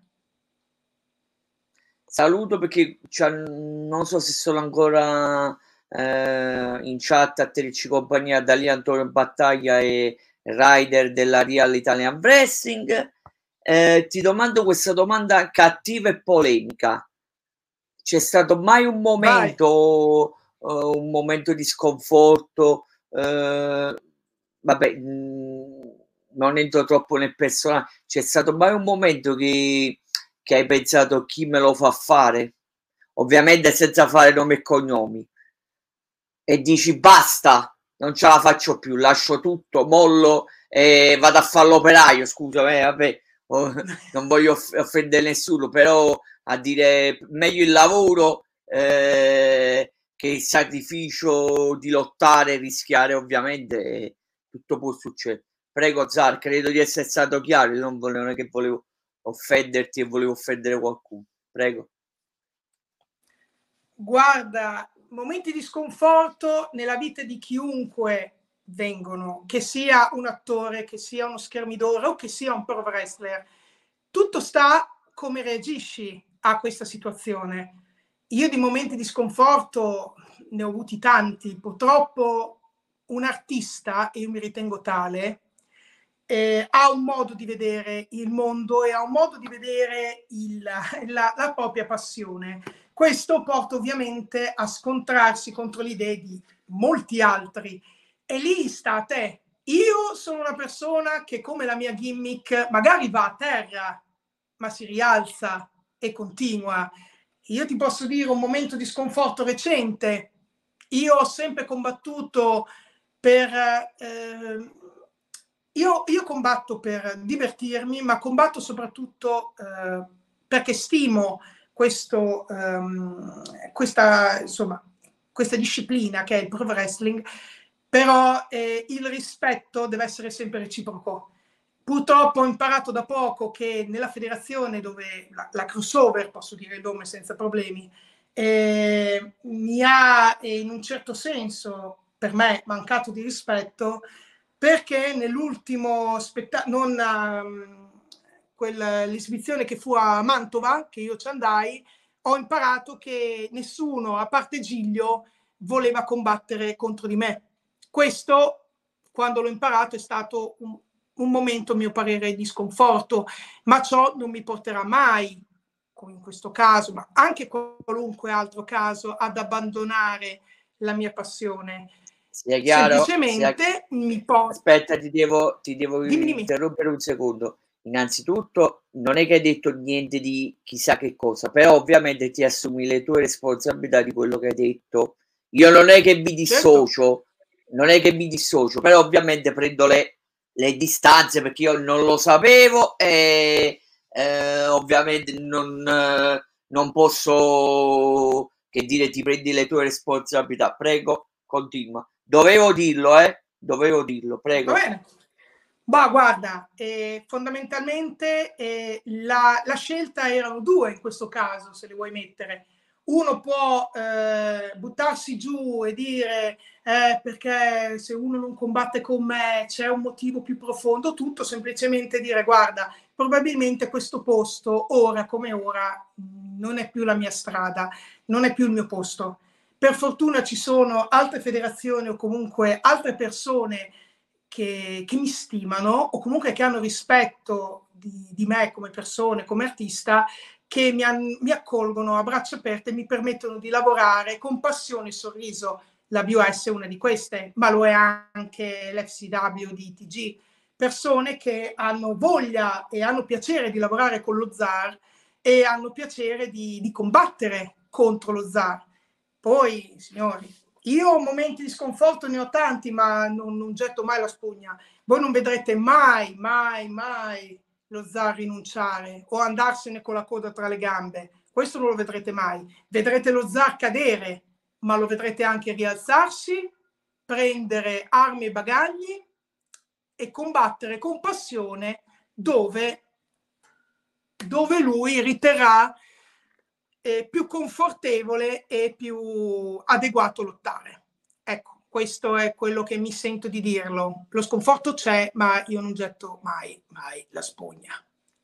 Saluto perché non so se sono ancora eh, in chat a tenerci compagnia da lì Antonio Battaglia e Rider della Real Italian Wrestling. Eh, ti domando questa domanda cattiva e polemica. C'è stato mai un momento uh, un momento di sconforto, uh, vabbè mh, non entro troppo nel personale, c'è stato mai un momento che, che hai pensato chi me lo fa fare, ovviamente senza fare nomi e cognomi, e dici basta, non ce la faccio più, lascio tutto, mollo e vado a fare l'operaio, scusa, eh, vabbè, oh, non voglio off- offendere nessuno, però a dire meglio il lavoro eh, che il sacrificio di lottare, rischiare, ovviamente tutto può succedere. Prego Zar, credo di essere stato chiaro, io non volevo, non è che volevo offenderti e volevo offendere qualcuno, prego. Guarda, momenti di sconforto nella vita di chiunque vengono, che sia un attore, che sia uno schermidore o che sia un pro wrestler. Tutto sta come reagisci a questa situazione. Io di momenti di sconforto ne ho avuti tanti. Purtroppo un artista, e io mi ritengo tale, eh, ha un modo di vedere il mondo e ha un modo di vedere il, la, la propria passione. Questo porta ovviamente a scontrarsi contro le idee di molti altri. E lì sta a te. Io sono una persona che, come la mia gimmick, magari va a terra, ma si rialza e continua. Io ti posso dire un momento di sconforto recente. Io ho sempre combattuto per... Eh, io, io combatto per divertirmi, ma combatto soprattutto eh, perché stimo questo, um, questa, insomma, questa disciplina che è il pro wrestling, però eh, il rispetto deve essere sempre reciproco. Purtroppo ho imparato da poco che nella federazione dove la, la crossover, posso dire il nome senza problemi, eh, mi ha eh, in un certo senso per me mancato di rispetto, perché nell'ultimo spettacolo, non um, l'esibizione che fu a Mantova, che io ci andai, ho imparato che nessuno, a parte Giglio, voleva combattere contro di me. Questo quando l'ho imparato è stato un, un momento, a mio parere, di sconforto, ma ciò non mi porterà mai, come in questo caso, ma anche qualunque altro caso, ad abbandonare la mia passione. Sia chiaro, semplicemente sia... mi porta... Aspetta, ti devo, ti devo dimmi, dimmi. interrompere un secondo. Innanzitutto, non è che hai detto niente di chissà che cosa, però ovviamente ti assumi le tue responsabilità di quello che hai detto. Io non è che mi dissocio, certo. non è che mi dissocio, però ovviamente prendo le, le distanze perché io non lo sapevo e eh, ovviamente non, eh, non posso che dire ti prendi le tue responsabilità. Prego, continua. Dovevo dirlo, eh? Dovevo dirlo, prego. Va bene. Ma guarda, eh, fondamentalmente eh, la, la scelta erano due in questo caso, se le vuoi mettere. Uno può eh, buttarsi giù e dire eh, perché se uno non combatte con me c'è un motivo più profondo, tutto semplicemente dire guarda, probabilmente questo posto ora come ora non è più la mia strada, non è più il mio posto. Per fortuna ci sono altre federazioni o comunque altre persone che, che mi stimano o comunque che hanno rispetto di, di me come persone, come artista, che mi, han, mi accolgono a braccia aperte e mi permettono di lavorare con passione e sorriso. La B O S è una di queste, ma lo è anche l'F C W di I T G. Persone che hanno voglia e hanno piacere di lavorare con lo zar e hanno piacere di, di combattere contro lo zar. Poi, signori, io momenti di sconforto ne ho tanti, ma non, non getto mai la spugna. Voi non vedrete mai, mai, mai lo zar rinunciare o andarsene con la coda tra le gambe. Questo non lo vedrete mai. Vedrete lo zar cadere, ma lo vedrete anche rialzarsi, prendere armi e bagagli e combattere con passione dove, dove lui riterrà eh, più confortevole e più adeguato a lottare. Ecco, questo è quello che mi sento di dirlo. Lo sconforto c'è, ma io non getto mai, mai la spugna.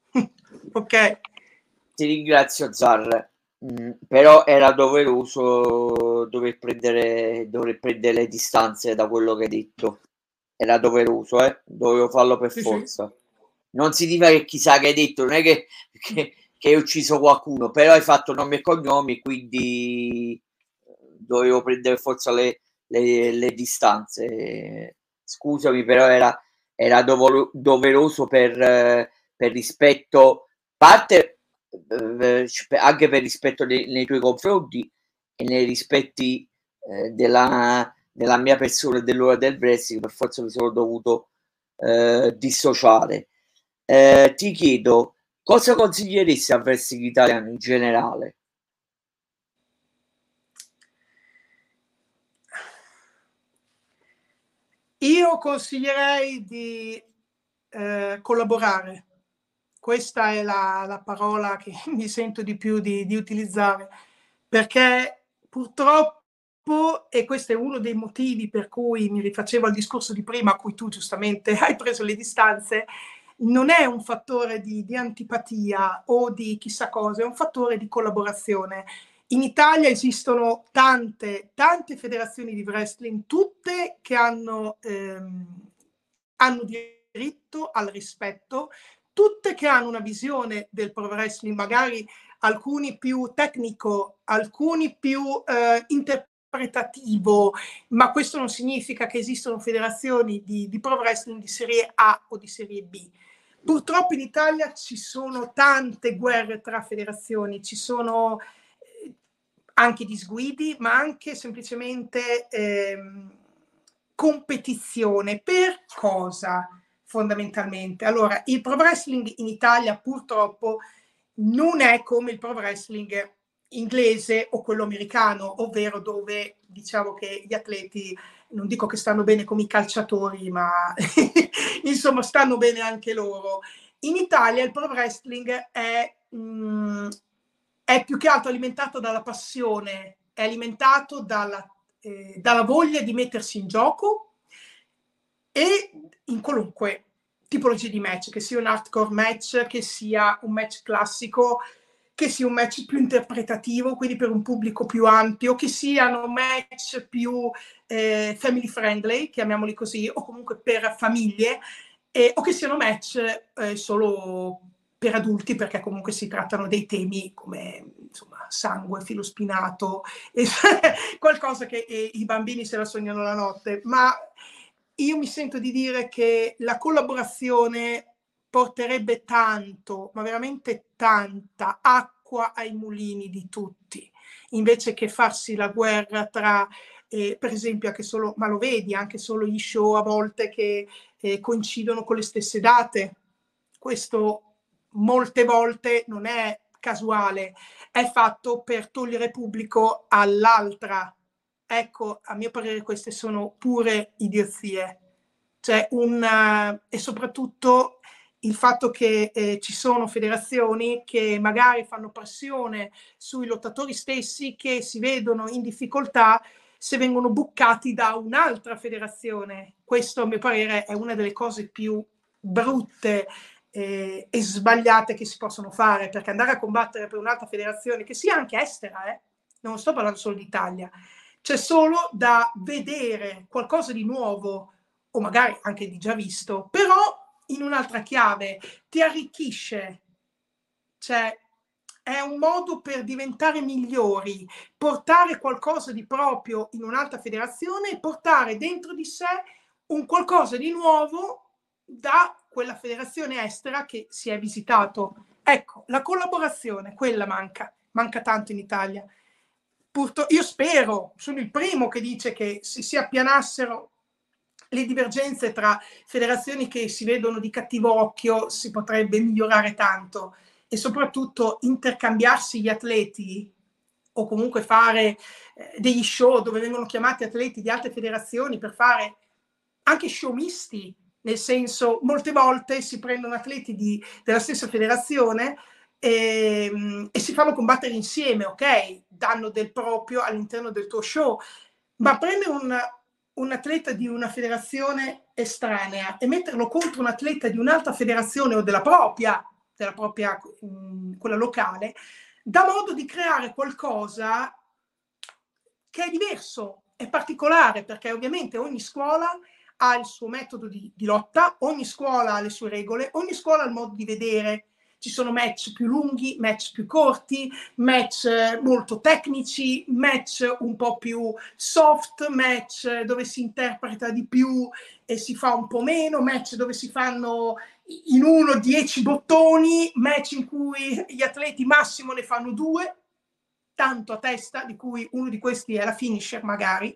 Ok? Ti ringrazio, Zar. Mm, però era doveroso dover prendere, dover prendere le distanze da quello che hai detto. Era doveroso, eh? Dovevo farlo per sì, forza. Sì. Non si dica che chissà che hai detto, non è che, che, che hai ucciso qualcuno, però hai fatto nomi e cognomi, quindi dovevo prendere forza le, le, le distanze. Scusami, però era, era dovolo, doveroso per, per rispetto, parte anche per rispetto nei, nei tuoi confronti e nei rispetti eh, della, della mia persona e dell'ora del wrestling. Per forza mi sono dovuto eh, dissociare. Eh, ti chiedo, cosa consiglieresti al wrestling italiano in generale? Io consiglierei di eh, collaborare. Questa è la, la parola che mi sento di più di, di utilizzare, perché purtroppo, e questo è uno dei motivi per cui mi rifacevo al discorso di prima, a cui tu giustamente hai preso le distanze, non è un fattore di, di antipatia o di chissà cosa, è un fattore di collaborazione. In Italia esistono tante, tante federazioni di wrestling, tutte che hanno, ehm, hanno diritto al rispetto, tutte che hanno una visione del pro wrestling, magari alcuni più tecnico, alcuni più eh, interpretativo, ma questo non significa che esistono federazioni di, di pro wrestling di serie A o di serie B. Purtroppo in Italia ci sono tante guerre tra federazioni, ci sono eh, anche disguidi, ma anche semplicemente ehm, competizione. Per cosa? Fondamentalmente. Allora, il pro wrestling in Italia purtroppo non è come il pro wrestling inglese o quello americano, ovvero dove diciamo che gli atleti, non dico che stanno bene come i calciatori, ma insomma stanno bene anche loro. In Italia il pro wrestling è, mh, è più che altro alimentato dalla passione, è alimentato dalla, eh, dalla voglia di mettersi in gioco e in qualunque tipologia di match, che sia un hardcore match, che sia un match classico, che sia un match più interpretativo, quindi per un pubblico più ampio, che siano match più eh, family friendly, chiamiamoli così, o comunque per famiglie, eh, o che siano match eh, solo per adulti, perché comunque si trattano dei temi come insomma, sangue, filo spinato, e qualcosa che eh, i bambini se la sognano la notte. Ma io mi sento di dire che la collaborazione porterebbe tanto, ma veramente tanta acqua ai mulini di tutti, invece che farsi la guerra tra, eh, per esempio, anche solo, ma lo vedi, anche solo gli show a volte che eh, coincidono con le stesse date. Questo molte volte non è casuale, è fatto per togliere pubblico all'altra. Ecco, a mio parere queste sono pure idiozie. Cioè un, uh, e soprattutto il fatto che eh, ci sono federazioni che magari fanno pressione sui lottatori stessi che si vedono in difficoltà se vengono buccati da un'altra federazione. Questo a mio parere è una delle cose più brutte eh, e sbagliate che si possono fare, perché andare a combattere per un'altra federazione, che sia anche estera, eh, non sto parlando solo d'Italia, c'è solo da vedere qualcosa di nuovo, o magari anche di già visto, però in un'altra chiave, ti arricchisce, cioè è un modo per diventare migliori, portare qualcosa di proprio in un'altra federazione e portare dentro di sé un qualcosa di nuovo da quella federazione estera che si è visitato. Ecco, la collaborazione, quella manca, manca tanto in Italia. Purtroppo, io spero, sono il primo che dice che se si appianassero le divergenze tra federazioni che si vedono di cattivo occhio si potrebbe migliorare tanto, e soprattutto intercambiarsi gli atleti o comunque fare eh, degli show dove vengono chiamati atleti di altre federazioni per fare anche show misti, nel senso molte volte si prendono atleti di, della stessa federazione e, e si fanno combattere insieme, ok, danno del proprio all'interno del tuo show, ma prendere un un atleta di una federazione estranea e metterlo contro un atleta di un'altra federazione o della propria, della propria mh, quella locale, dà modo di creare qualcosa che è diverso, è particolare, perché ovviamente ogni scuola ha il suo metodo di, di lotta, ogni scuola ha le sue regole, ogni scuola ha il modo di vedere. Ci sono match più lunghi, match più corti, match molto tecnici, match un po' più soft, match dove si interpreta di più e si fa un po' meno, match dove si fanno in uno dieci bottoni, match in cui gli atleti massimo ne fanno due, tanto a testa, di cui uno di questi è la finisher magari.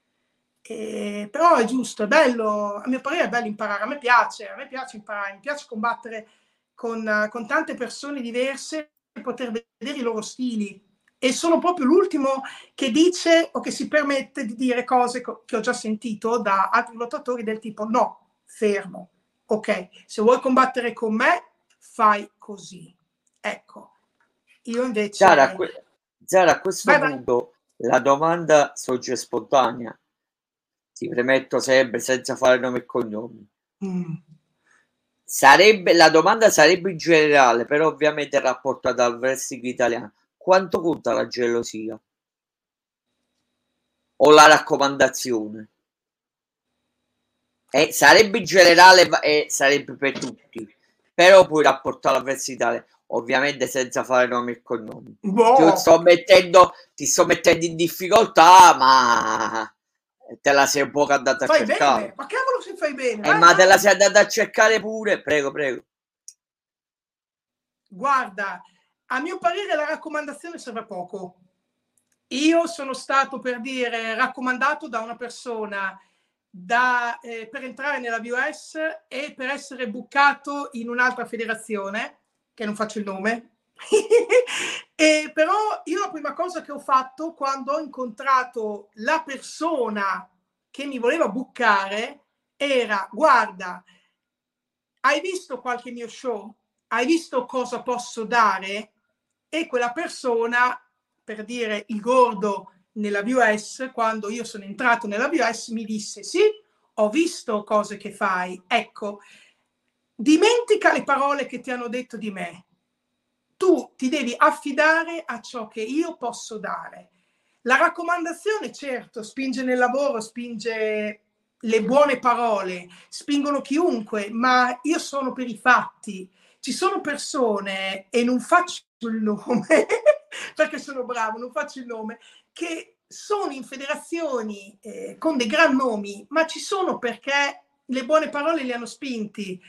Eh, però è giusto, è bello, a mio parere è bello imparare, a me piace, a me piace imparare, mi piace combattere con, con tante persone diverse e poter vedere i loro stili, e sono proprio l'ultimo che dice o che si permette di dire cose che ho già sentito da altri lottatori del tipo no, fermo, ok, se vuoi combattere con me fai così. Ecco, io invece Zara, que- Zara, a questo vai, punto vai. La domanda sorge spontanea, ti premetto sempre senza fare nome e cognomi. Mm. Sarebbe, la domanda sarebbe in generale, però ovviamente rapportata al wrestling italiano. Quanto conta la gelosia? O la raccomandazione? Eh, sarebbe in generale e eh, sarebbe per tutti, però puoi rapportare al wrestling italiano, ovviamente senza fare nomi e cognomi. Boh. Ti sto mettendo, ti sto mettendo in difficoltà, ma te la sei un po' andata a fai cercare. Bene. Ma cavolo se fai bene. Eh, vai, ma vai. te la sei andata a cercare pure? Prego, prego. Guarda, a mio parere la raccomandazione serve a poco. Io sono stato, per dire, raccomandato da una persona da, eh, per entrare nella B O S e per essere buccato in un'altra federazione, che non faccio il nome. E però io la prima cosa che ho fatto quando ho incontrato la persona che mi voleva buccare era: guarda, hai visto qualche mio show? Hai visto cosa posso dare? E quella persona, per dire il gordo nella B O S, quando io sono entrato nella B O S mi disse: sì, ho visto cose che fai, ecco, dimentica le parole che ti hanno detto di me, tu ti devi affidare a ciò che io posso dare. La raccomandazione, certo, spinge nel lavoro, spinge le buone parole, spingono chiunque, ma io sono per i fatti. Ci sono persone, e non faccio il nome, perché sono bravo, non faccio il nome, che sono in federazioni eh, con dei gran nomi, ma ci sono perché le buone parole li hanno spinti,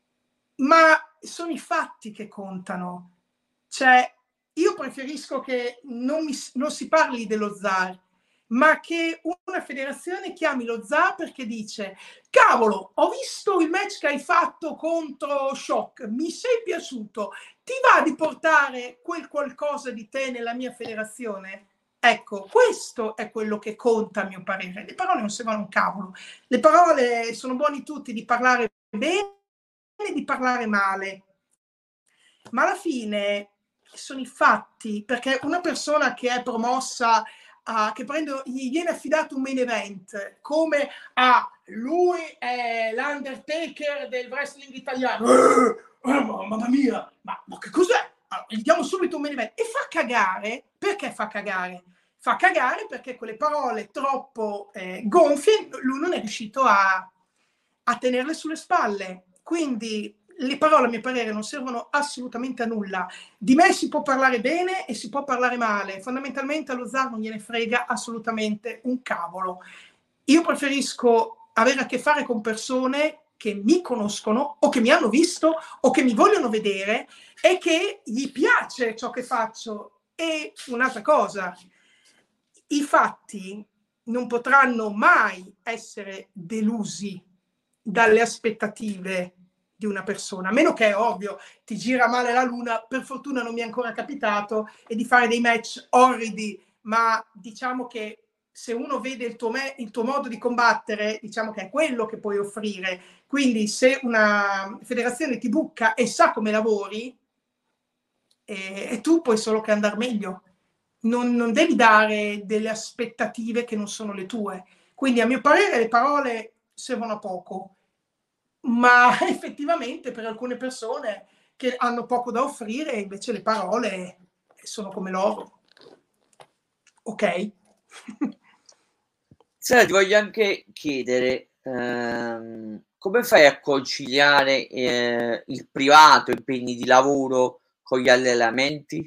ma sono i fatti che contano. Cioè, io preferisco che non, mi, non si parli dello zar, ma che una federazione chiami lo zar perché dice: cavolo, ho visto il match che hai fatto contro Shock, mi sei piaciuto, ti va di portare quel qualcosa di te nella mia federazione? Ecco, questo è quello che conta a mio parere. Le parole non servono un cavolo. Le parole sono buoni tutti di parlare bene e di parlare male, ma alla fine sono i fatti, perché una persona che è promossa, uh, che prende, gli viene affidato un main event, come a ah, lui è l'Undertaker del wrestling italiano, eh, oh, mamma mia, ma, ma che cos'è? Allora, gli diamo subito un main event, e fa cagare. Perché fa cagare? Fa cagare perché con le parole troppo eh, gonfie lui non è riuscito a, a tenerle sulle spalle. Quindi le parole, a mio parere, non servono assolutamente a nulla. Di me si può parlare bene e si può parlare male. Fondamentalmente allo zar non gliene frega assolutamente un cavolo. Io preferisco avere a che fare con persone che mi conoscono o che mi hanno visto o che mi vogliono vedere e che gli piace ciò che faccio. E un'altra cosa, i fatti non potranno mai essere delusi dalle aspettative di una persona, a meno che, è ovvio, ti gira male la luna. Per fortuna non mi è ancora capitato, e di fare dei match orridi, ma diciamo che se uno vede il tuo, me, il tuo modo di combattere, diciamo che è quello che puoi offrire. Quindi se una federazione ti bucca e sa come lavori, e, e tu puoi solo che andare meglio. Non, non devi dare delle aspettative che non sono le tue. Quindi a mio parere le parole servono a poco, ma effettivamente per alcune persone che hanno poco da offrire invece le parole sono come l'oro. Ok? Sara, ti voglio anche chiedere ehm, come fai a conciliare eh, il privato, impegni di lavoro con gli allenamenti?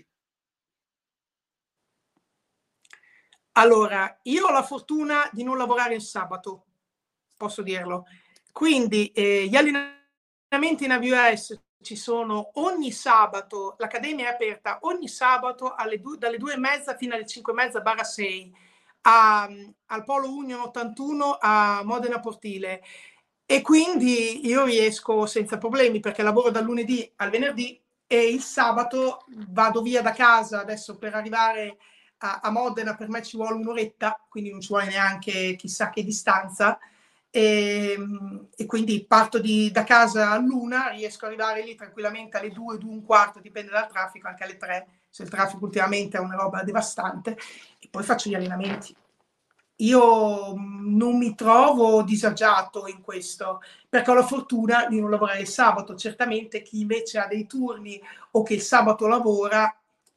Allora, io ho la fortuna di non lavorare il sabato, posso dirlo. Quindi eh, gli allenamenti in A W S ci sono ogni sabato, l'accademia è aperta ogni sabato alle due, dalle due e mezza fino alle cinque e mezza barra sei a, al Polo Union ottantuno a Modena Portile, e quindi io riesco senza problemi perché lavoro dal lunedì al venerdì e il sabato vado via da casa. Adesso per arrivare a, a Modena per me ci vuole un'oretta, quindi non ci vuole neanche chissà che distanza. E, e quindi parto di, da casa all'una, riesco ad arrivare lì tranquillamente alle due, due e un quarto, dipende dal traffico, anche alle tre, se il traffico ultimamente è una roba devastante, e poi faccio gli allenamenti. Io non mi trovo disagiato in questo, perché ho la fortuna di non lavorare il sabato. Certamente chi invece ha dei turni o che il sabato lavora,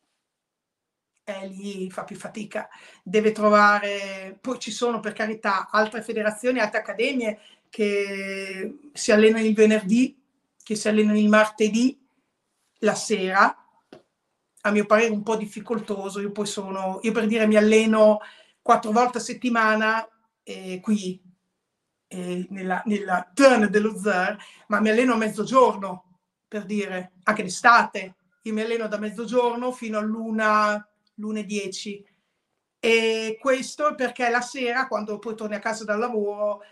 eh, lì fa più fatica, deve trovare. Poi ci sono, per carità, altre federazioni, altre accademie che si allenano il venerdì, che si allenano il martedì la sera. A mio parere un po' difficoltoso. Io poi sono, io per dire mi alleno quattro volte a settimana eh, qui eh, nella, nella turn dello zar, ma mi alleno a mezzogiorno, per dire, anche d'estate. Io mi alleno da mezzogiorno fino all'una, l'una e dieci, e questo perché la sera, quando poi torni a casa dal lavoro,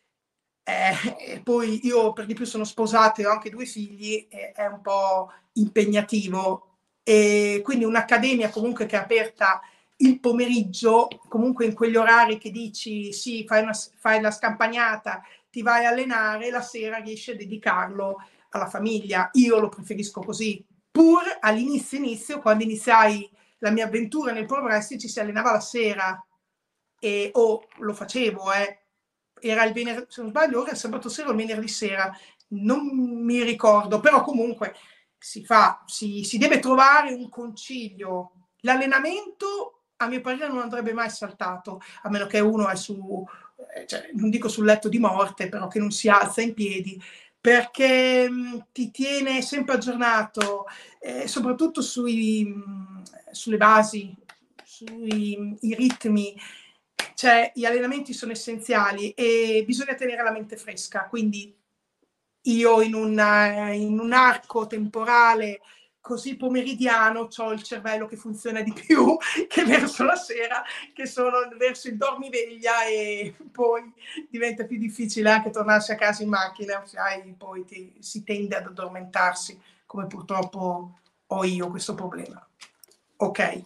eh, poi io per di più sono sposata e ho anche due figli, eh, è un po' impegnativo, e quindi un'accademia comunque che è aperta il pomeriggio, comunque in quegli orari che dici sì, fai, una, fai la scampagnata, ti vai a allenare, la sera riesci a dedicarlo alla famiglia. Io lo preferisco così, pur all'inizio inizio, quando iniziai la mia avventura nel pro wrestling, ci si allenava la sera, e o oh, lo facevo, eh. Era il venerdì, se non sbaglio, ora il sabato sera o il venerdì sera, non mi ricordo, però comunque si fa, si, si deve trovare un concilio. L'allenamento, a mio parere, non andrebbe mai saltato, a meno che uno è su, cioè, non dico sul letto di morte, però che non si alza in piedi, perché mh, ti tiene sempre aggiornato, eh, soprattutto sui, mh, sulle basi, sui i ritmi. Cioè, gli allenamenti sono essenziali e bisogna tenere la mente fresca, quindi io in, una, in un arco temporale così pomeridiano ho il cervello che funziona di più che verso la sera, che sono verso il dormiveglia, e poi diventa più difficile anche tornarsi a casa in macchina, sai, poi ti, si tende ad addormentarsi, come purtroppo ho io questo problema. Ok.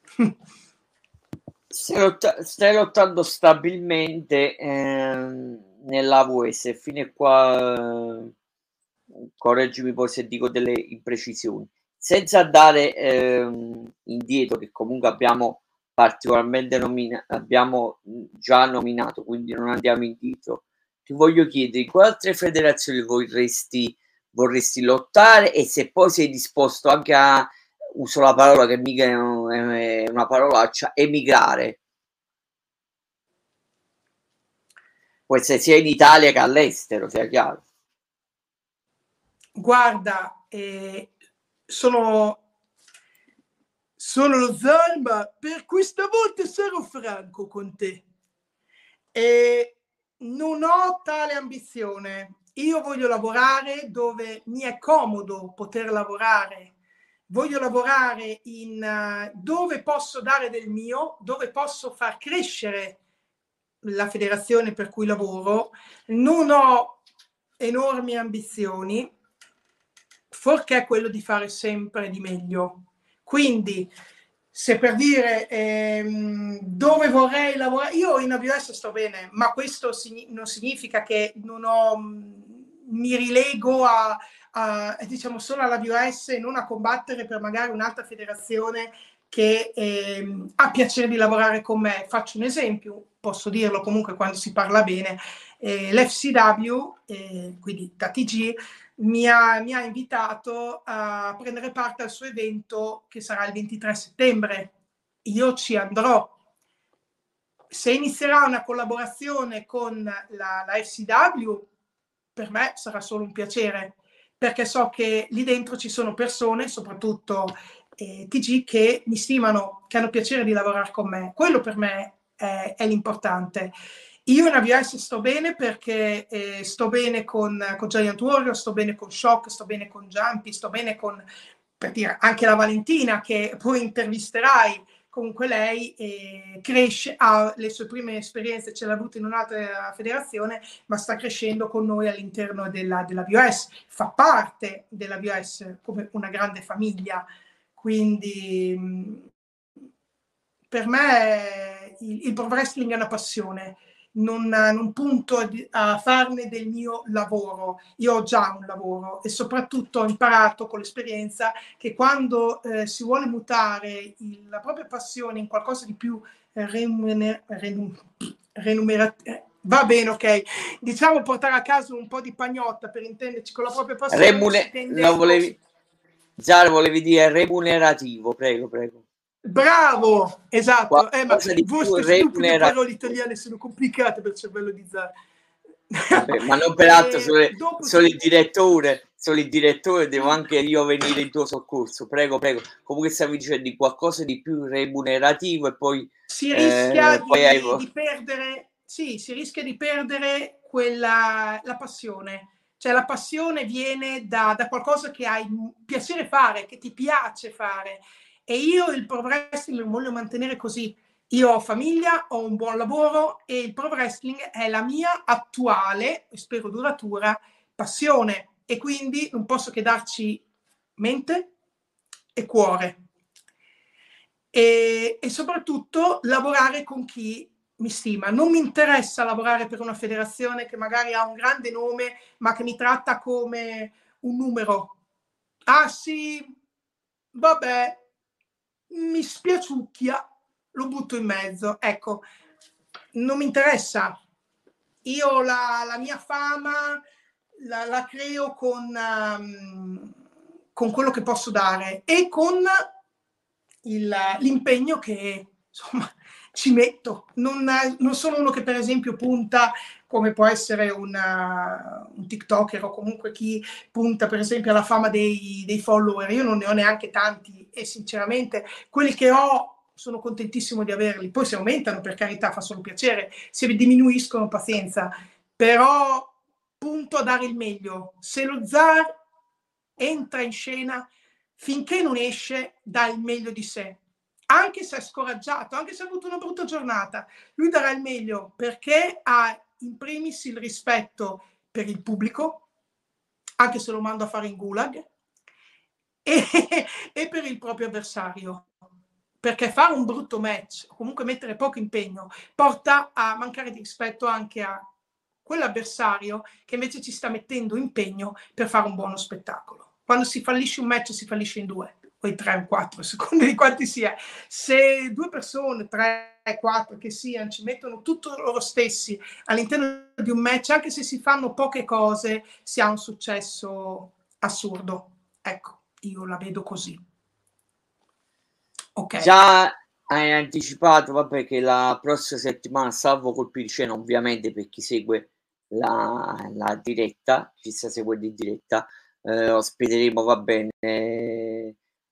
Stai, lotta- stai lottando stabilmente ehm, nella A W S, fino a qua, eh, correggimi poi se dico delle imprecisioni, senza andare ehm, indietro, che comunque abbiamo particolarmente nomina- abbiamo già nominato, quindi non andiamo indietro. Ti voglio chiedere in quali altre federazioni vorresti, vorresti lottare, e se poi sei disposto anche a, uso la parola che mica è una parolaccia, emigrare. Può essere sia in Italia che all'estero, sia chiaro. Guarda, eh, sono, sono lo zar, ma per questa volta sarò franco con te. E non ho tale ambizione. Io voglio lavorare dove mi è comodo poter lavorare. Voglio lavorare in uh, dove posso dare del mio, dove posso far crescere la federazione per cui lavoro. Non ho enormi ambizioni, forché quello di fare sempre di meglio. Quindi, se per dire ehm, dove vorrei lavorare, io in A W S sto bene, ma questo sign- non significa che non ho, mi rilego a, a, diciamo, solo all'A W S e non a combattere per magari un'altra federazione che ehm, ha piacere di lavorare con me. Faccio un esempio, posso dirlo comunque quando si parla bene, eh, l'F C W, eh, quindi da T G, mi ha, mi ha invitato a prendere parte al suo evento che sarà il ventitré settembre. Io ci andrò. Se inizierà una collaborazione con la, la F C W, per me sarà solo un piacere, perché so che lì dentro ci sono persone, soprattutto eh, T G, che mi stimano, che hanno piacere di lavorare con me. Quello per me è, è l'importante. Io in A W S sto bene perché eh, sto bene con, con Giant Warrior, sto bene con Shock, sto bene con Jumpy, sto bene con, per dire, anche la Valentina, che poi intervisterai. Comunque lei eh, cresce, ha le sue prime esperienze, ce l'ha avute in un'altra federazione, ma sta crescendo con noi all'interno della, della V O S, fa parte della V O S come una grande famiglia. Quindi mh, per me il, il pro wrestling è una passione. Non, non punto a, a farne del mio lavoro, io ho già un lavoro e soprattutto ho imparato con l'esperienza che quando eh, si vuole mutare il, la propria passione in qualcosa di più eh, remuner, renum, remunerativo, va bene, ok, diciamo portare a casa un po' di pagnotta, per intenderci, con la propria passione, Remune- si tende, no, volevi, Zara, volevi dire remunerativo, prego, prego. Bravo, esatto. Eh, ma Qualcosa di più queste stupide remunerativo. parole italiane sono complicate per il cervello di Zara. Vabbè, ma non peraltro solo, dopo solo si... il direttore, solo il direttore, devo anche io venire in tuo soccorso. Prego, prego. Comunque stavi dicendo di qualcosa di più remunerativo, e poi, si rischia eh, poi hai... di, di perdere, sì, si rischia di perdere quella, la passione. Cioè la passione viene da, da qualcosa che hai piacere fare, che ti piace fare. E io il pro wrestling lo voglio mantenere così. Io ho famiglia, ho un buon lavoro e il pro wrestling è la mia attuale, e spero duratura, passione. E quindi non posso che darci mente e cuore. E, e soprattutto lavorare con chi mi stima. Non mi interessa lavorare per una federazione che magari ha un grande nome, ma che mi tratta come un numero. Ah sì, vabbè, mi spiaciucchia, lo butto in mezzo. Ecco, non mi interessa. Io la, la mia fama la, la creo con, um, con quello che posso dare e con l'impegno che insomma ci metto. Non, non sono uno che per esempio punta, come può essere una, un TikToker o comunque chi punta per esempio alla fama dei, dei follower. Io non ne ho neanche tanti e sinceramente quelli che ho sono contentissimo di averli. Poi se aumentano, per carità, fa solo piacere, se diminuiscono, pazienza, però punto a dare il meglio. Se lo zar entra in scena, finché non esce dà il meglio di sé, anche se è scoraggiato, anche se ha avuto una brutta giornata, lui darà il meglio perché ha in primis il rispetto per il pubblico, anche se lo mando a fare in gulag, e, e per il proprio avversario, perché fare un brutto match o comunque mettere poco impegno porta a mancare di rispetto anche a quell'avversario che invece ci sta mettendo impegno per fare un buono spettacolo. Quando si fallisce un match si fallisce in due o in tre o quattro, a seconda di quanti sia. Se due persone, tre, quattro che siano, ci mettono tutto loro stessi all'interno di un match, anche se si fanno poche cose, si ha un successo assurdo. Ecco, io la vedo così. Okay. Già hai anticipato, vabbè, che la prossima settimana, salvo colpi di scena, ovviamente per chi segue la, la diretta, chi sta seguendo in diretta, eh, ospiteremo, va bene,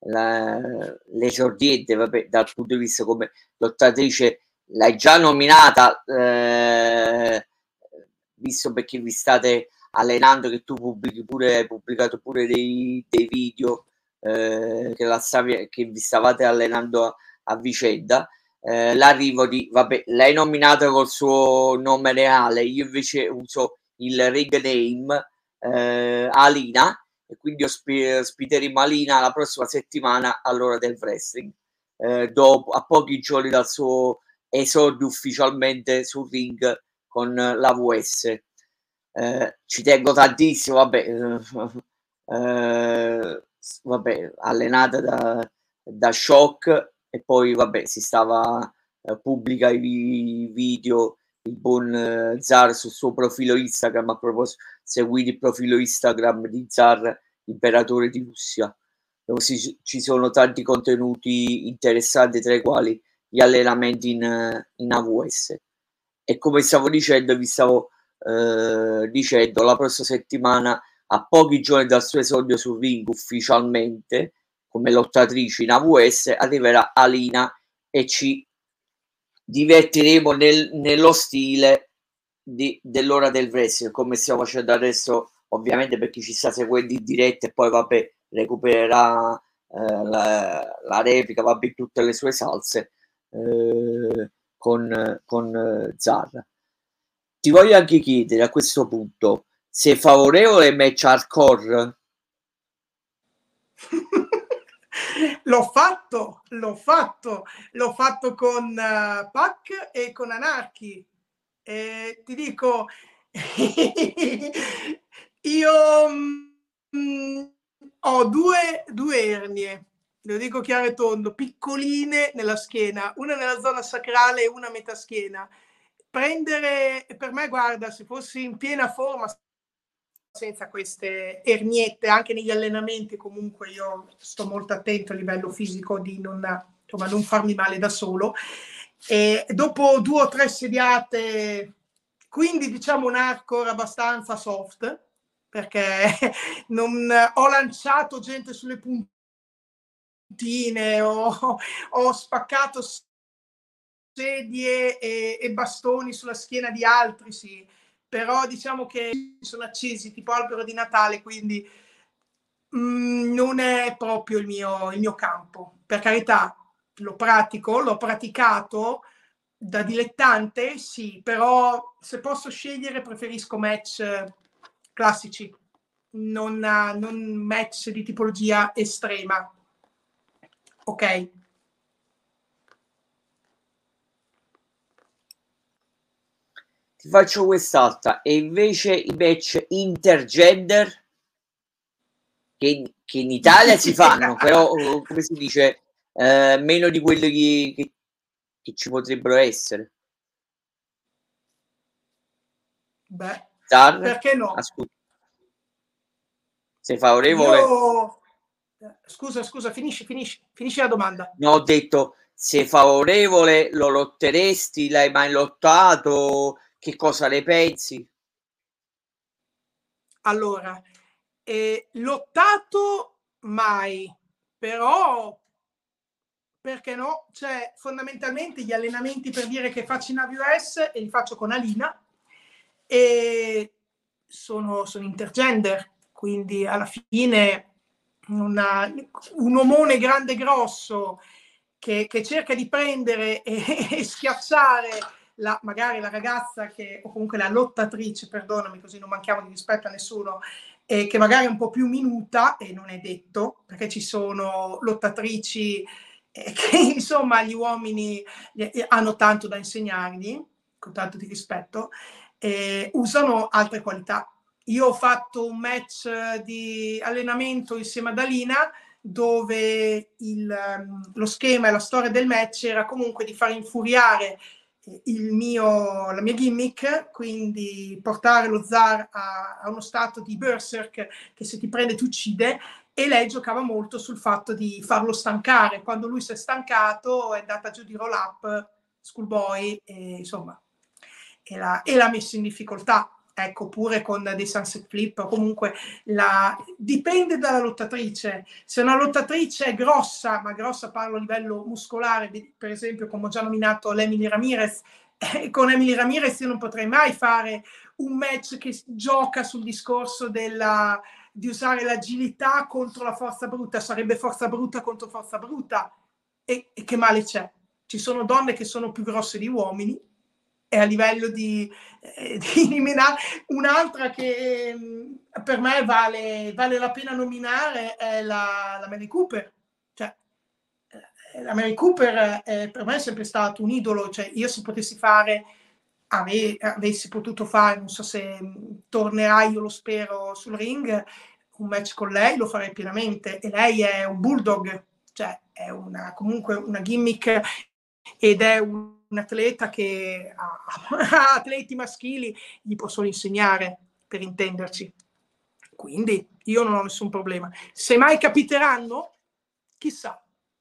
l'esordiente, vabbè, dal punto di vista come lottatrice, l'hai già nominata, eh, visto perché vi state allenando, che tu pubblichi pure, hai pubblicato pure dei, dei video, eh, che, la stavi, che vi stavate allenando a, a vicenda. Eh, l'arrivo di, vabbè, l'hai nominata col suo nome reale, io invece uso il ring name, eh, Alina, e quindi osp- ospiteremo Alina la prossima settimana all'Ora del Wrestling, eh, dopo, a pochi giorni dal suo esordio ufficialmente sul ring con la V S. Eh, ci tengo tantissimo, vabbè, eh, vabbè, allenata da, da Shock, e poi vabbè si stava eh, pubblica i video il buon eh, Zar sul suo profilo Instagram. A proposito, seguite il profilo Instagram di Zar, imperatore di Russia, dove si, ci sono tanti contenuti interessanti, tra i quali gli allenamenti in, in A V S. E come stavo dicendo, vi stavo eh, dicendo, la prossima settimana, a pochi giorni dal suo esordio sul ring ufficialmente come lottatrice in A V S, arriverà Alina e ci divertiremo nel, nello stile di, dell'Ora del Wrestling, come stiamo facendo adesso, ovviamente per chi ci sta seguendo in diretta, e poi vabbè recupererà eh, la, la replica, vabbè, tutte le sue salse eh, con, con eh, Zar. Ti voglio anche chiedere a questo punto, sei favorevole ai match hardcore? L'ho fatto, l'ho fatto, l'ho fatto con uh, Pac e con Anarchy. E ti dico, io mh, ho due, due ernie, lo dico chiaro e tondo, piccoline nella schiena, una nella zona sacrale e una a metà schiena. Prendere, per me, guarda, se fossi in piena forma, senza queste erniette, anche negli allenamenti, comunque io sto molto attento a livello fisico di non, insomma, non farmi male da solo. E dopo due o tre sediate, quindi diciamo un hardcore abbastanza soft, perché non ho lanciato gente sulle puntine, ho, ho spaccato sedie e, e bastoni sulla schiena di altri, sì, però diciamo che sono accesi tipo albero di Natale, quindi mh, non è proprio il mio, il mio campo. Per carità, lo pratico, l'ho praticato da dilettante, sì, però se posso scegliere preferisco match classici, non, non match di tipologia estrema. Ok? Ti faccio quest'altra. E invece i match intergender, che, che in Italia si fanno, però come si dice, eh, meno di quelli che, che ci potrebbero essere. Beh, Zar, perché no? ascolta. Sei favorevole? Io Scusa, scusa, finisci, finisci, finisci la domanda. No, ho detto, sei favorevole, lo lotteresti, l'hai mai lottato, che cosa ne pensi? Allora, eh, lottato mai, però perché no? Cioè, fondamentalmente gli allenamenti per dire che faccio in A V S e li faccio con Alina e sono, sono intergender, quindi alla fine una, un omone grande e grosso che, che cerca di prendere e, e schiacciare la, magari la ragazza che, o comunque la lottatrice, perdonami così non manchiamo di rispetto a nessuno, eh, che magari è un po' più minuta, e non è detto, perché ci sono lottatrici eh, che insomma gli uomini eh, hanno tanto da insegnargli, con tanto di rispetto, eh, usano altre qualità. Io ho fatto un match di allenamento insieme ad Alina dove il, lo schema e la storia del match era comunque di far infuriare il mio, la mia gimmick, quindi portare lo zar a, a uno stato di berserk che se ti prende ti uccide, e lei giocava molto sul fatto di farlo stancare. Quando lui si è stancato è andata giù di roll up, schoolboy, e insomma e l'ha, e l'ha messo in difficoltà. Ecco, pure con dei sunset flip, comunque la, dipende dalla lottatrice. Se una lottatrice è grossa, ma grossa parlo a livello muscolare, per esempio come ho già nominato l'Emily Ramirez, eh, con Emily Ramirez io non potrei mai fare un match che gioca sul discorso della, di usare l'agilità contro la forza bruta, sarebbe forza bruta contro forza bruta, e, e che male c'è? Ci sono donne che sono più grosse di uomini, e a livello di, eh, di eliminare un'altra che eh, per me vale, vale la pena nominare è la, la Mary Cooper. Cioè, eh, la Mary Cooper eh, per me è sempre stato un idolo. Cioè, io se potessi fare, ave, avessi potuto fare, non so se tornerà, io lo spero, sul ring, un match con lei, lo farei pienamente. E lei è un bulldog, cioè è una, comunque una gimmick ed è un un atleta che a, a atleti maschili gli possono insegnare, per intenderci. Quindi io non ho nessun problema. Se mai capiteranno, chissà,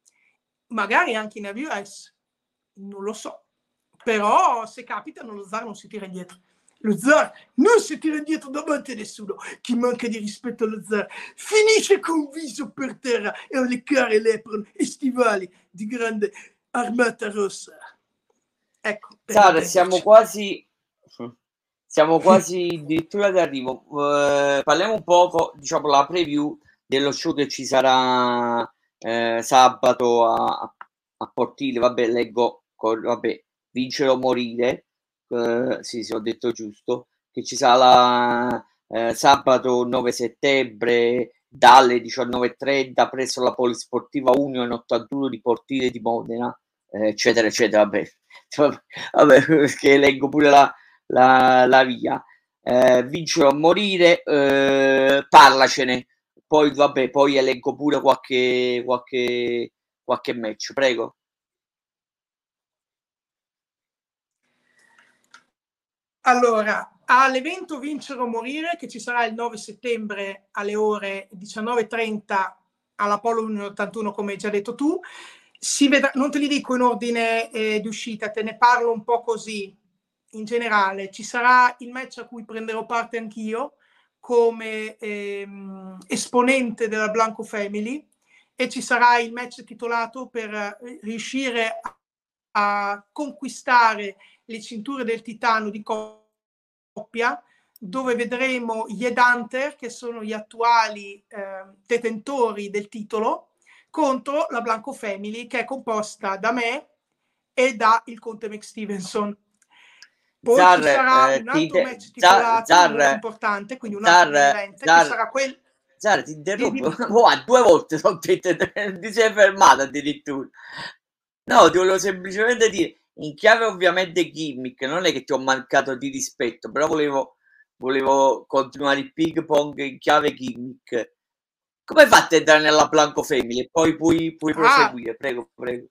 magari anche in A V S, non lo so, però se capitano lo zar non si tira indietro. Lo zar non si tira indietro davanti a nessuno. Chi manca di rispetto allo zar finisce con viso per terra e ha le care lepron e stivali di grande armata rossa. Ecco, Sara, siamo quasi, siamo quasi addirittura d'arrivo. Uh, parliamo un poco, diciamo, la preview dello show che ci sarà eh, sabato a, a Portile. Vabbè, leggo, vabbè, Vincere o Morire. Uh, sì, sì, ho detto giusto. Che ci sarà eh, sabato nove settembre dalle diciannove e trenta presso la Polisportiva Union ottantuno di Portile di Modena, eh, eccetera, eccetera. Vabbè. Vabbè, perché leggo pure la, la, la via. Eh, Vincere o Morire, eh, parlacene. Poi, vabbè, poi elenco pure qualche, qualche, qualche match, prego. Allora, all'evento Vincere o Morire, che ci sarà il nove settembre alle ore diciannove e trenta all'Apollo Union ottantuno, come hai già detto tu, si vedrà, non te li dico in ordine eh, di uscita, te ne parlo un po' così, in generale. Ci sarà il match a cui prenderò parte anch'io come ehm, esponente della Blanco Family, e ci sarà il match titolato per riuscire a, a conquistare le cinture del titano di coppia, dove vedremo gli Headhunter, che sono gli attuali eh, detentori del titolo, contro la Blanco Family, che è composta da me e da il Conte McStevenson. Poi Zar, ci sarà eh, un altro ti, match titolato Zar, molto importante, quindi un Zar, altro evento, che sarà quel... Zara, ti interrompo. Oh, due volte sono dette, ti sei fermata addirittura. No, ti volevo semplicemente dire, in chiave ovviamente gimmick, non è che ti ho mancato di rispetto, però volevo, volevo continuare il ping pong in chiave gimmick. Come hai fatto a entrare nella Blanco Family? E poi puoi, puoi proseguire, ah. prego, prego.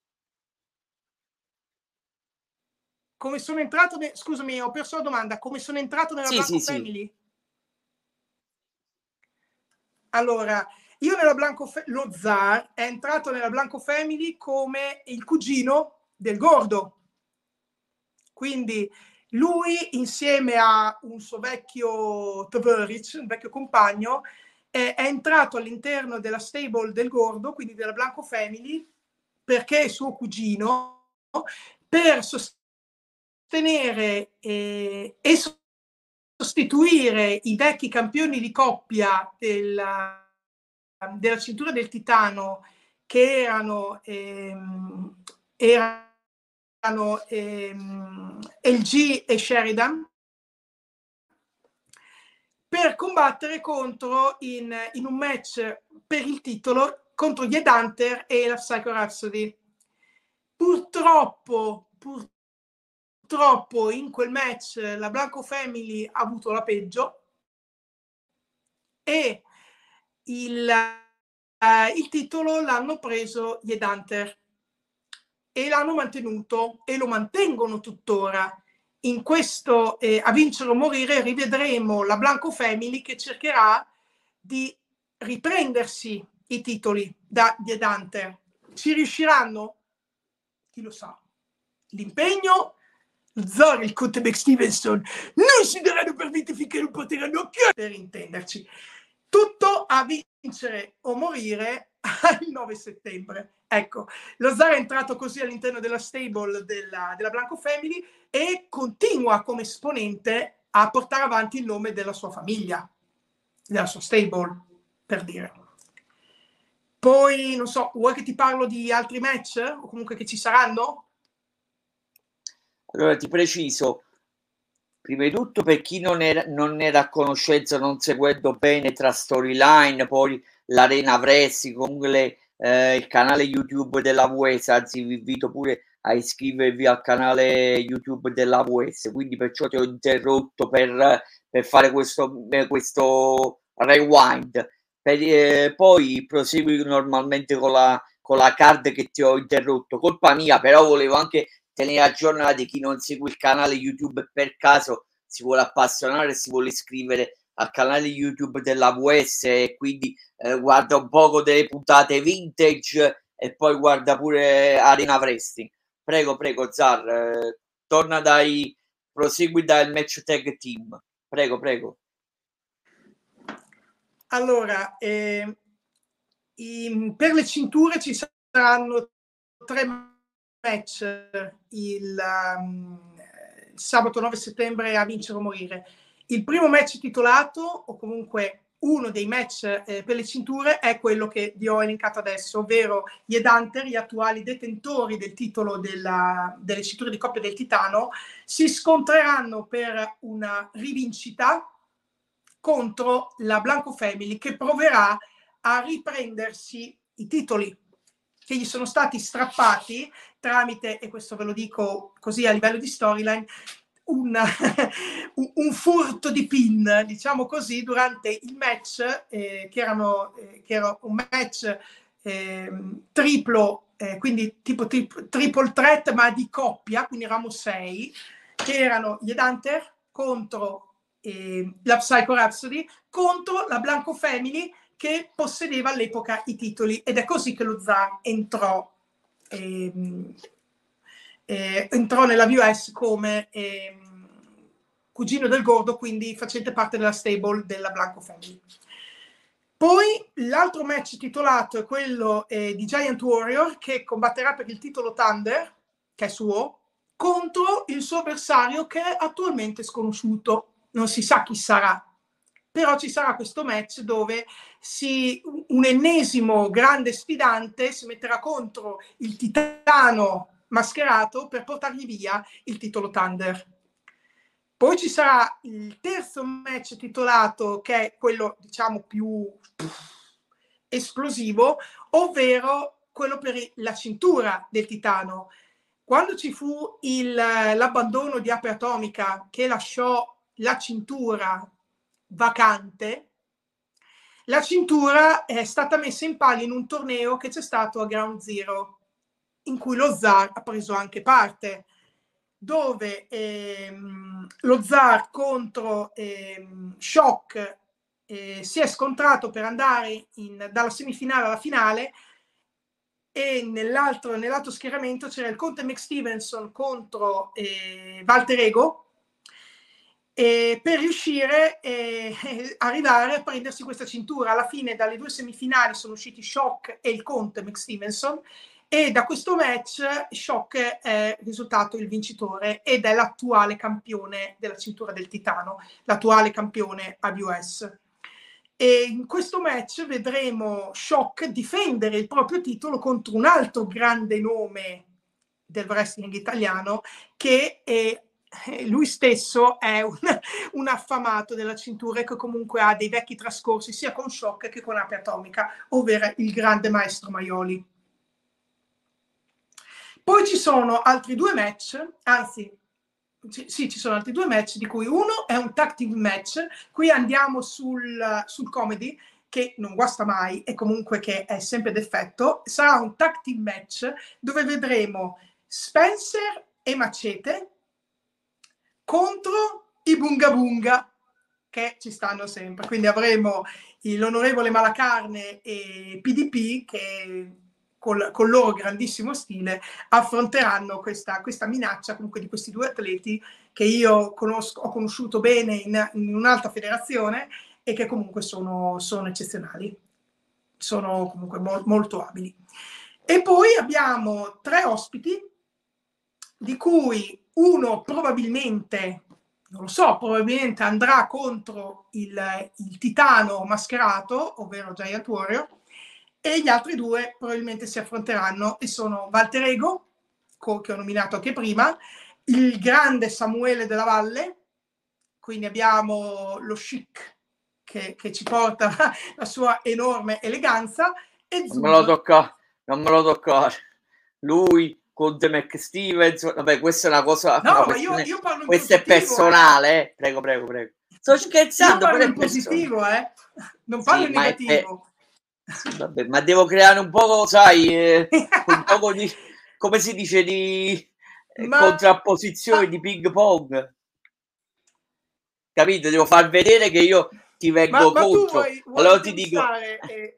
Come sono entrato, ne... scusami, ho perso la domanda, come sono entrato nella sì, Blanco sì, Family? Sì. Allora, io nella Blanco lo Zar è entrato nella Blanco Family come il cugino del Gordo. Quindi lui, insieme a un suo vecchio Tavoric, un vecchio compagno, è, è entrato all'interno della stable del Gordo, quindi della Blanco Family, perché è suo cugino, per sostenere eh, e sostituire i vecchi campioni di coppia della, della cintura del titano, che erano, ehm, erano ehm, L G e Sheridan, per combattere contro in, in un match per il titolo contro gli Headhunter e la Psycho Rhapsody. Purtroppo, purtroppo in quel match la Blanco Family ha avuto la peggio e il, uh, il titolo l'hanno preso gli Headhunter e l'hanno mantenuto e lo mantengono tuttora. In questo eh, A vincere o morire rivedremo la Blanco Family che cercherà di riprendersi i titoli da The Headhunter. Ci riusciranno? Chi lo sa. L'impegno, Zor e il Quarterback Stevenson non si daranno per vinti finché non porteranno a casa, per intenderci. Tutto A vincere o morire il nove settembre. Ecco, lo Zar è entrato così all'interno della stable della, della Blanco Family e continua come esponente a portare avanti il nome della sua famiglia, della sua stable, per dire. Poi, non so, vuoi che ti parlo di altri match o comunque che ci saranno? Allora ti preciso, prima di tutto per chi non era, non era a conoscenza, non seguendo bene tra storyline, poi l'Arena Wrestling, comunque le, eh, il canale YouTube della V S, anzi vi invito pure a iscrivervi al canale YouTube della V S, quindi perciò ti ho interrotto per, per fare questo, eh, questo rewind. Per, eh, poi prosegui normalmente con la, con la card che ti ho interrotto, colpa mia, però volevo anche tenere aggiornati chi non segue il canale YouTube per caso si vuole appassionare, si vuole iscrivere al canale YouTube della V S e quindi eh, guarda un poco delle puntate vintage e poi guarda pure Arena Wrestling. Prego, prego Zar, eh, torna dai, prosegui dal match tag team. Prego, prego. Allora, eh, in, per le cinture ci saranno tre match il, um, il sabato nove settembre A vincere o morire. Il primo match titolato, o comunque uno dei match eh, per le cinture, è quello che vi ho elencato adesso, ovvero gli Headhunter, gli attuali detentori del titolo della, delle cinture di coppia del titano, si scontreranno per una rivincita contro la Blanco Family, che proverà a riprendersi i titoli che gli sono stati strappati tramite, e questo ve lo dico così a livello di storyline, un, un furto di pin, diciamo così, durante il match, eh, che, erano, eh, che era un match eh, triplo, eh, quindi tipo tri triple threat, ma di coppia, quindi eravamo sei, che erano gli Headhunter contro eh, la Psycho Rhapsody, contro la Blanco Family, che possedeva all'epoca i titoli, ed è così che lo Zar entrò, ehm, eh, entrò nella V S come ehm, cugino del Gordo, quindi facente parte della stable della Blanco Family. Poi l'altro match titolato è quello eh, di Giant Warrior, che combatterà per il titolo Thunder, che è suo, contro il suo avversario che è attualmente sconosciuto, non si sa chi sarà. Però ci sarà questo match dove si, un ennesimo grande sfidante si metterà contro il titano mascherato per portargli via il titolo Thunder. Poi ci sarà il terzo match titolato, che è quello, diciamo, più esplosivo, ovvero quello per la cintura del titano. Quando ci fu l'abbandono di Ape Atomica, che lasciò la cintura vacante, la cintura è stata messa in palio in un torneo che c'è stato a Ground Zero, in cui lo Zar ha preso anche parte, dove ehm, lo Zar contro ehm, Shock eh, si è scontrato per andare in, dalla semifinale alla finale, e nell'altro, nell'altro schieramento c'era il Conte McStevenson contro eh, Walter Ego, eh, per riuscire a eh, arrivare a prendersi questa cintura. Alla fine dalle due semifinali sono usciti Shock e il Conte McStevenson, e da questo match Shock è risultato il vincitore ed è l'attuale campione della cintura del titano, l'attuale campione A W S. E in questo match vedremo Shock difendere il proprio titolo contro un altro grande nome del wrestling italiano, che è, lui stesso è un, un affamato della cintura e che comunque ha dei vecchi trascorsi sia con Shock che con Ape Atomica, ovvero il grande maestro Maioli. Poi ci sono altri due match, anzi sì, ci sono altri due match, di cui uno è un tag team match. Qui andiamo sul, sul comedy, che non guasta mai e comunque che è sempre d'effetto. Sarà un tag team match dove vedremo Spencer e Macete contro i Bunga Bunga, che ci stanno sempre. Quindi avremo l'onorevole Malacarne e P D P che Col, con il loro grandissimo stile affronteranno questa, questa minaccia comunque di questi due atleti che io conosco, ho conosciuto bene in, in un'altra federazione e che comunque sono, sono eccezionali, sono comunque mo, molto abili. E poi abbiamo tre ospiti, di cui uno probabilmente, non lo so, probabilmente andrà contro il, il titano mascherato, ovvero Giant Warrior, e gli altri due probabilmente si affronteranno, e sono Walter Ego, che ho nominato anche prima, il grande Samuele Della Valle, quindi abbiamo lo chic che, che ci porta la sua enorme eleganza, e non me lo tocca, non me lo toccare, lui Conte McStevenson, vabbè, questa è una cosa, no, una ma io, io parlo in questo è personale, eh. prego, prego, prego. Sto scherzando, io parlo però in positivo, eh? Non parlo sì, in negativo. È... Sì, vabbè, ma devo creare un po', sai, eh, un po' di, come si dice, di ma... contrapposizione, di ping pong. Capito? Devo far vedere che io ti vengo ma, ma contro. Tu vuoi, vuoi allora ti dico... E...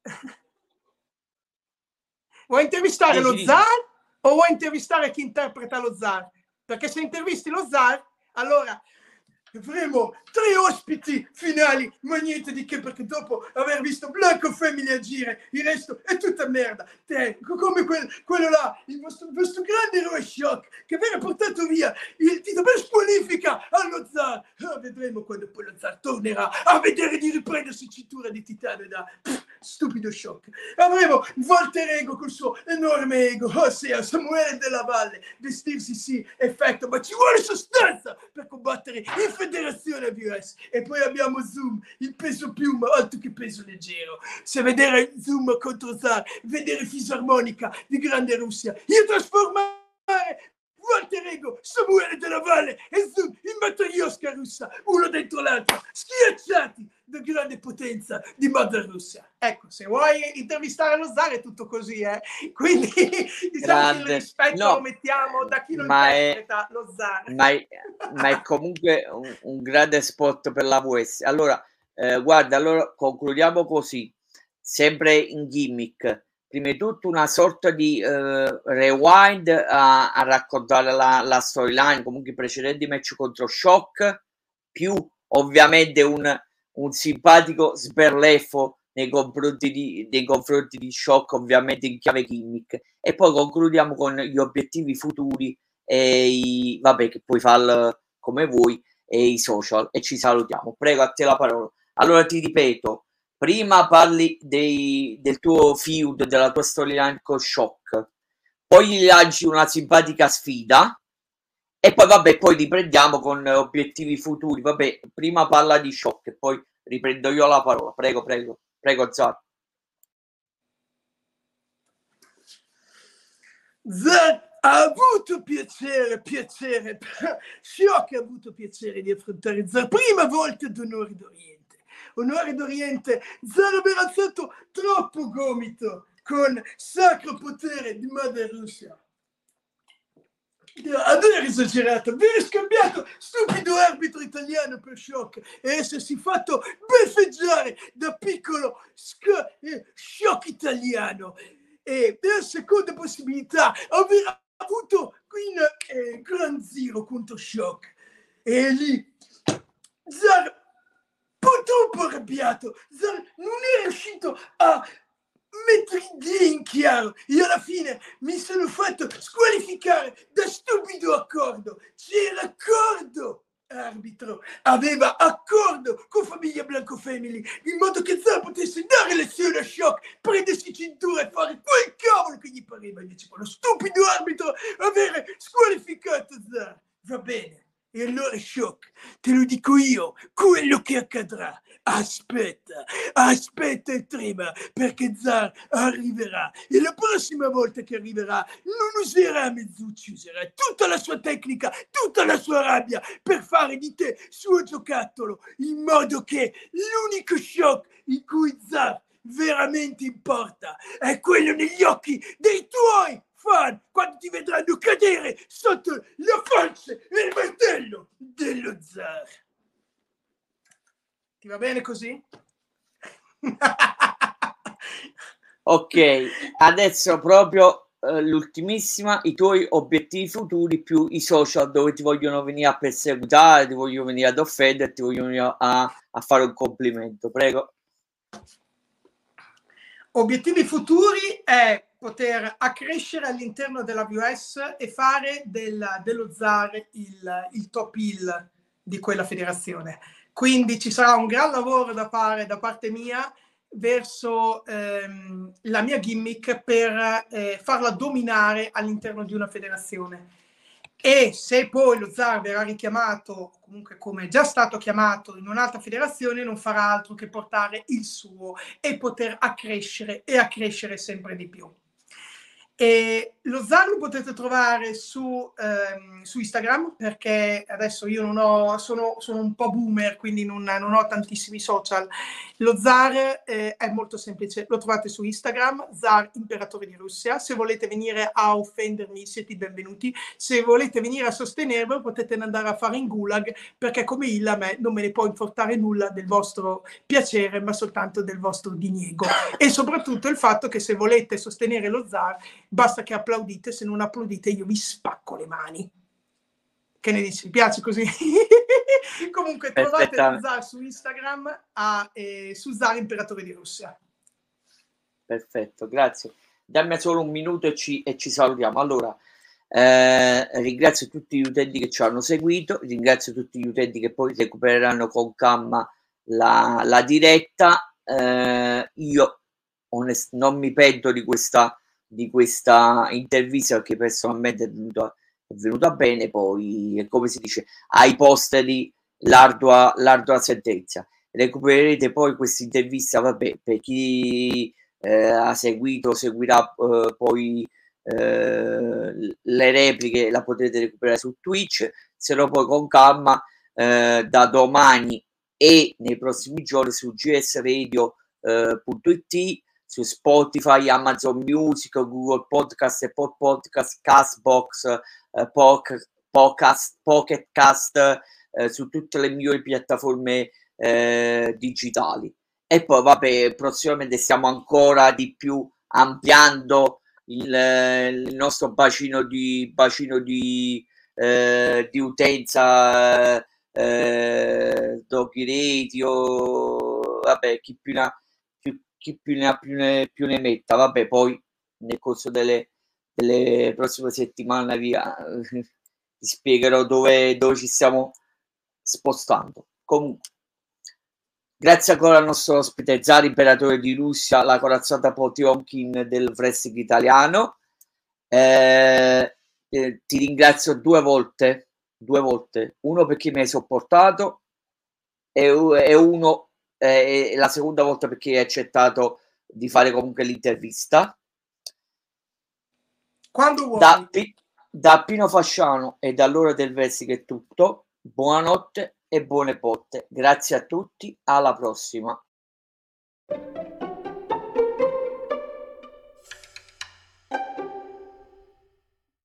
Vuoi intervistare dici, lo dici. zar o vuoi intervistare chi interpreta lo zar? Perché se intervisti lo zar, allora avremo tre ospiti finali, ma niente di che, perché dopo aver visto Blanco Family agire, il resto è tutta merda. Te, come quel, quello là, il vostro, il vostro grande eroe Shock, che viene portato via il titolo per squalifica allo zar. Ah, vedremo quando poi lo zar tornerà a vedere di riprendersi cintura di titano da pff, stupido Shock. Avremo Walter Ego col suo enorme ego, ossia Samuele Della Valle, vestirsi sì, effetto, ma ci vuole sostanza per combattere in federazione A W S. E poi abbiamo Zoom, il peso piuma, altro che peso leggero. Se vedere Zoom contro Zar, vedere fisarmonica di Grande Russia, io trasformare Walter Ego, Samuele Della Valle e Zoom in Matrioska russa, uno dentro l'altro, schiacciati da grande potenza di Mother Russia. Ecco, se vuoi intervistare lo zar è tutto così, eh? Quindi diciamo grande. Che il rispetto no, lo mettiamo da chi lo interpreta, è, lo zar. Ma è, ma è comunque un, un grande spot per la W S. Allora, eh, guarda, allora concludiamo così, sempre in gimmick. Prima di tutto una sorta di uh, rewind a, a raccontare la, la storyline, comunque i precedenti match contro Shock, più ovviamente un, un simpatico sberleffo nei confronti di, nei confronti di Shock, ovviamente in chiave gimmick, e poi concludiamo con gli obiettivi futuri e i, vabbè, che puoi farlo come vuoi, e i social, e ci salutiamo. Prego, a te la parola. Allora ti ripeto, prima parli dei, del tuo feud, della tua storyline con Shock, poi gli lanci una simpatica sfida e poi vabbè, poi riprendiamo con obiettivi futuri. Vabbè, prima parla di Shock e poi riprendo io la parola. Prego, prego, prego, Zar. Zar ha avuto piacere, piacere, Shock ha avuto piacere di affrontare Zar prima volta d'Onore d'Oriente. Onore d'Oriente, Zar aveva alzato troppo gomito con Sacro Potere di Mother Russia. aver esagerato, aver scambiato stupido arbitro italiano per Sciocca e essersi fatto beffeggiare da piccolo sc- eh, Sciocca italiano. E per seconda possibilità aver avuto in eh, Gran Zero contro Sciocca. E lì Zar purtroppo arrabbiato, Zar non è riuscito a mettere idee in chiaro e alla fine mi sono fatto squalificare da stupido accordo. C'era accordo, arbitro, aveva accordo con Famiglia Blanco Family in modo che Zar potesse dare lezione a Shock, prendersi cintura e fare quel cavolo che gli pareva. Invece quello stupido arbitro avere squalificato Zar. Va bene. E allora Shock, te lo dico io, quello che accadrà. Aspetta, aspetta e trema, perché Zar arriverà e la prossima volta che arriverà non userà mezzucci, userà tutta la sua tecnica, tutta la sua rabbia per fare di te suo giocattolo, in modo che l'unico Shock in cui Zar veramente importa è quello negli occhi dei tuoi fan quando ti vedranno cadere sotto la falce e il martello dello Zar. Ti va bene così? Ok, adesso proprio eh, l'ultimissima, i tuoi obiettivi futuri più i social dove ti vogliono venire a perseguitare, ti vogliono venire ad offendere, ti vogliono venire a, a fare un complimento, prego. Obiettivi futuri è poter accrescere all'interno della V S e fare del, dello Zar il, il top heel di quella federazione. Quindi ci sarà un gran lavoro da fare da parte mia verso ehm, la mia gimmick per eh, farla dominare all'interno di una federazione. E se poi lo Zar verrà richiamato, comunque come è già stato chiamato in un'altra federazione, non farà altro che portare il suo e poter accrescere e accrescere sempre di più. E lo Zar lo potete trovare su, ehm, su Instagram, perché adesso io non ho, sono, sono un po' boomer, quindi non, non ho tantissimi social. Lo Zar eh, è molto semplice, lo trovate su Instagram, Zar Imperatore di Russia. Se volete venire a offendermi siete benvenuti, se volete venire a sostenermi potete andare a fare in gulag, perché come il a me non me ne può importare nulla del vostro piacere, ma soltanto del vostro diniego. E soprattutto il fatto che se volete sostenere lo Zar basta che applaudite, se non applaudite io vi spacco le mani. Che ne dici? Mi piace così? Comunque trovate lo Zar su Instagram a, eh, su Zar Imperatore di Russia. Perfetto, grazie. Dammi solo un minuto e ci, e ci salutiamo. Allora, eh, ringrazio tutti gli utenti che ci hanno seguito, ringrazio tutti gli utenti che poi recupereranno con calma la, la diretta. Eh, io onest- non mi pento di questa, di questa intervista, perché personalmente è venuta, è venuta bene. Poi, come si dice, ai posteri l'ardua, l'ardua sentenza. Recupererete poi questa intervista, vabbè, per chi eh, ha seguito, seguirà eh, poi eh, le repliche, la potete recuperare su Twitch, se no poi con calma eh, da domani e nei prossimi giorni su g s radio punto i t, su Spotify, Amazon Music, Google Podcast, Apple Podcast, Castbox, eh, Poc- Podcast, Pocket Cast, eh, su tutte le migliori piattaforme eh, digitali. E poi vabbè, prossimamente stiamo ancora di più ampliando il, il nostro bacino di bacino di, eh, di utenza, eh, Doki Radio, vabbè, chi più ne ha più, chi più ne ha più ne, più ne metta. Vabbè, poi nel corso delle, delle prossime settimane via vi spiegherò dove, dove ci stiamo spostando. Comunque, grazie ancora al nostro ospite Zar Imperatore di Russia, la corazzata Potionkin del wrestling italiano. Eh, eh, ti ringrazio due volte, due volte, uno perché mi hai sopportato e, e uno eh, la seconda volta perché hai accettato di fare comunque l'intervista. Quando vuoi. Da, da Pino Fasciano e dall'ora del wrestling è tutto. Buonanotte e buone botte. Grazie a tutti, alla prossima.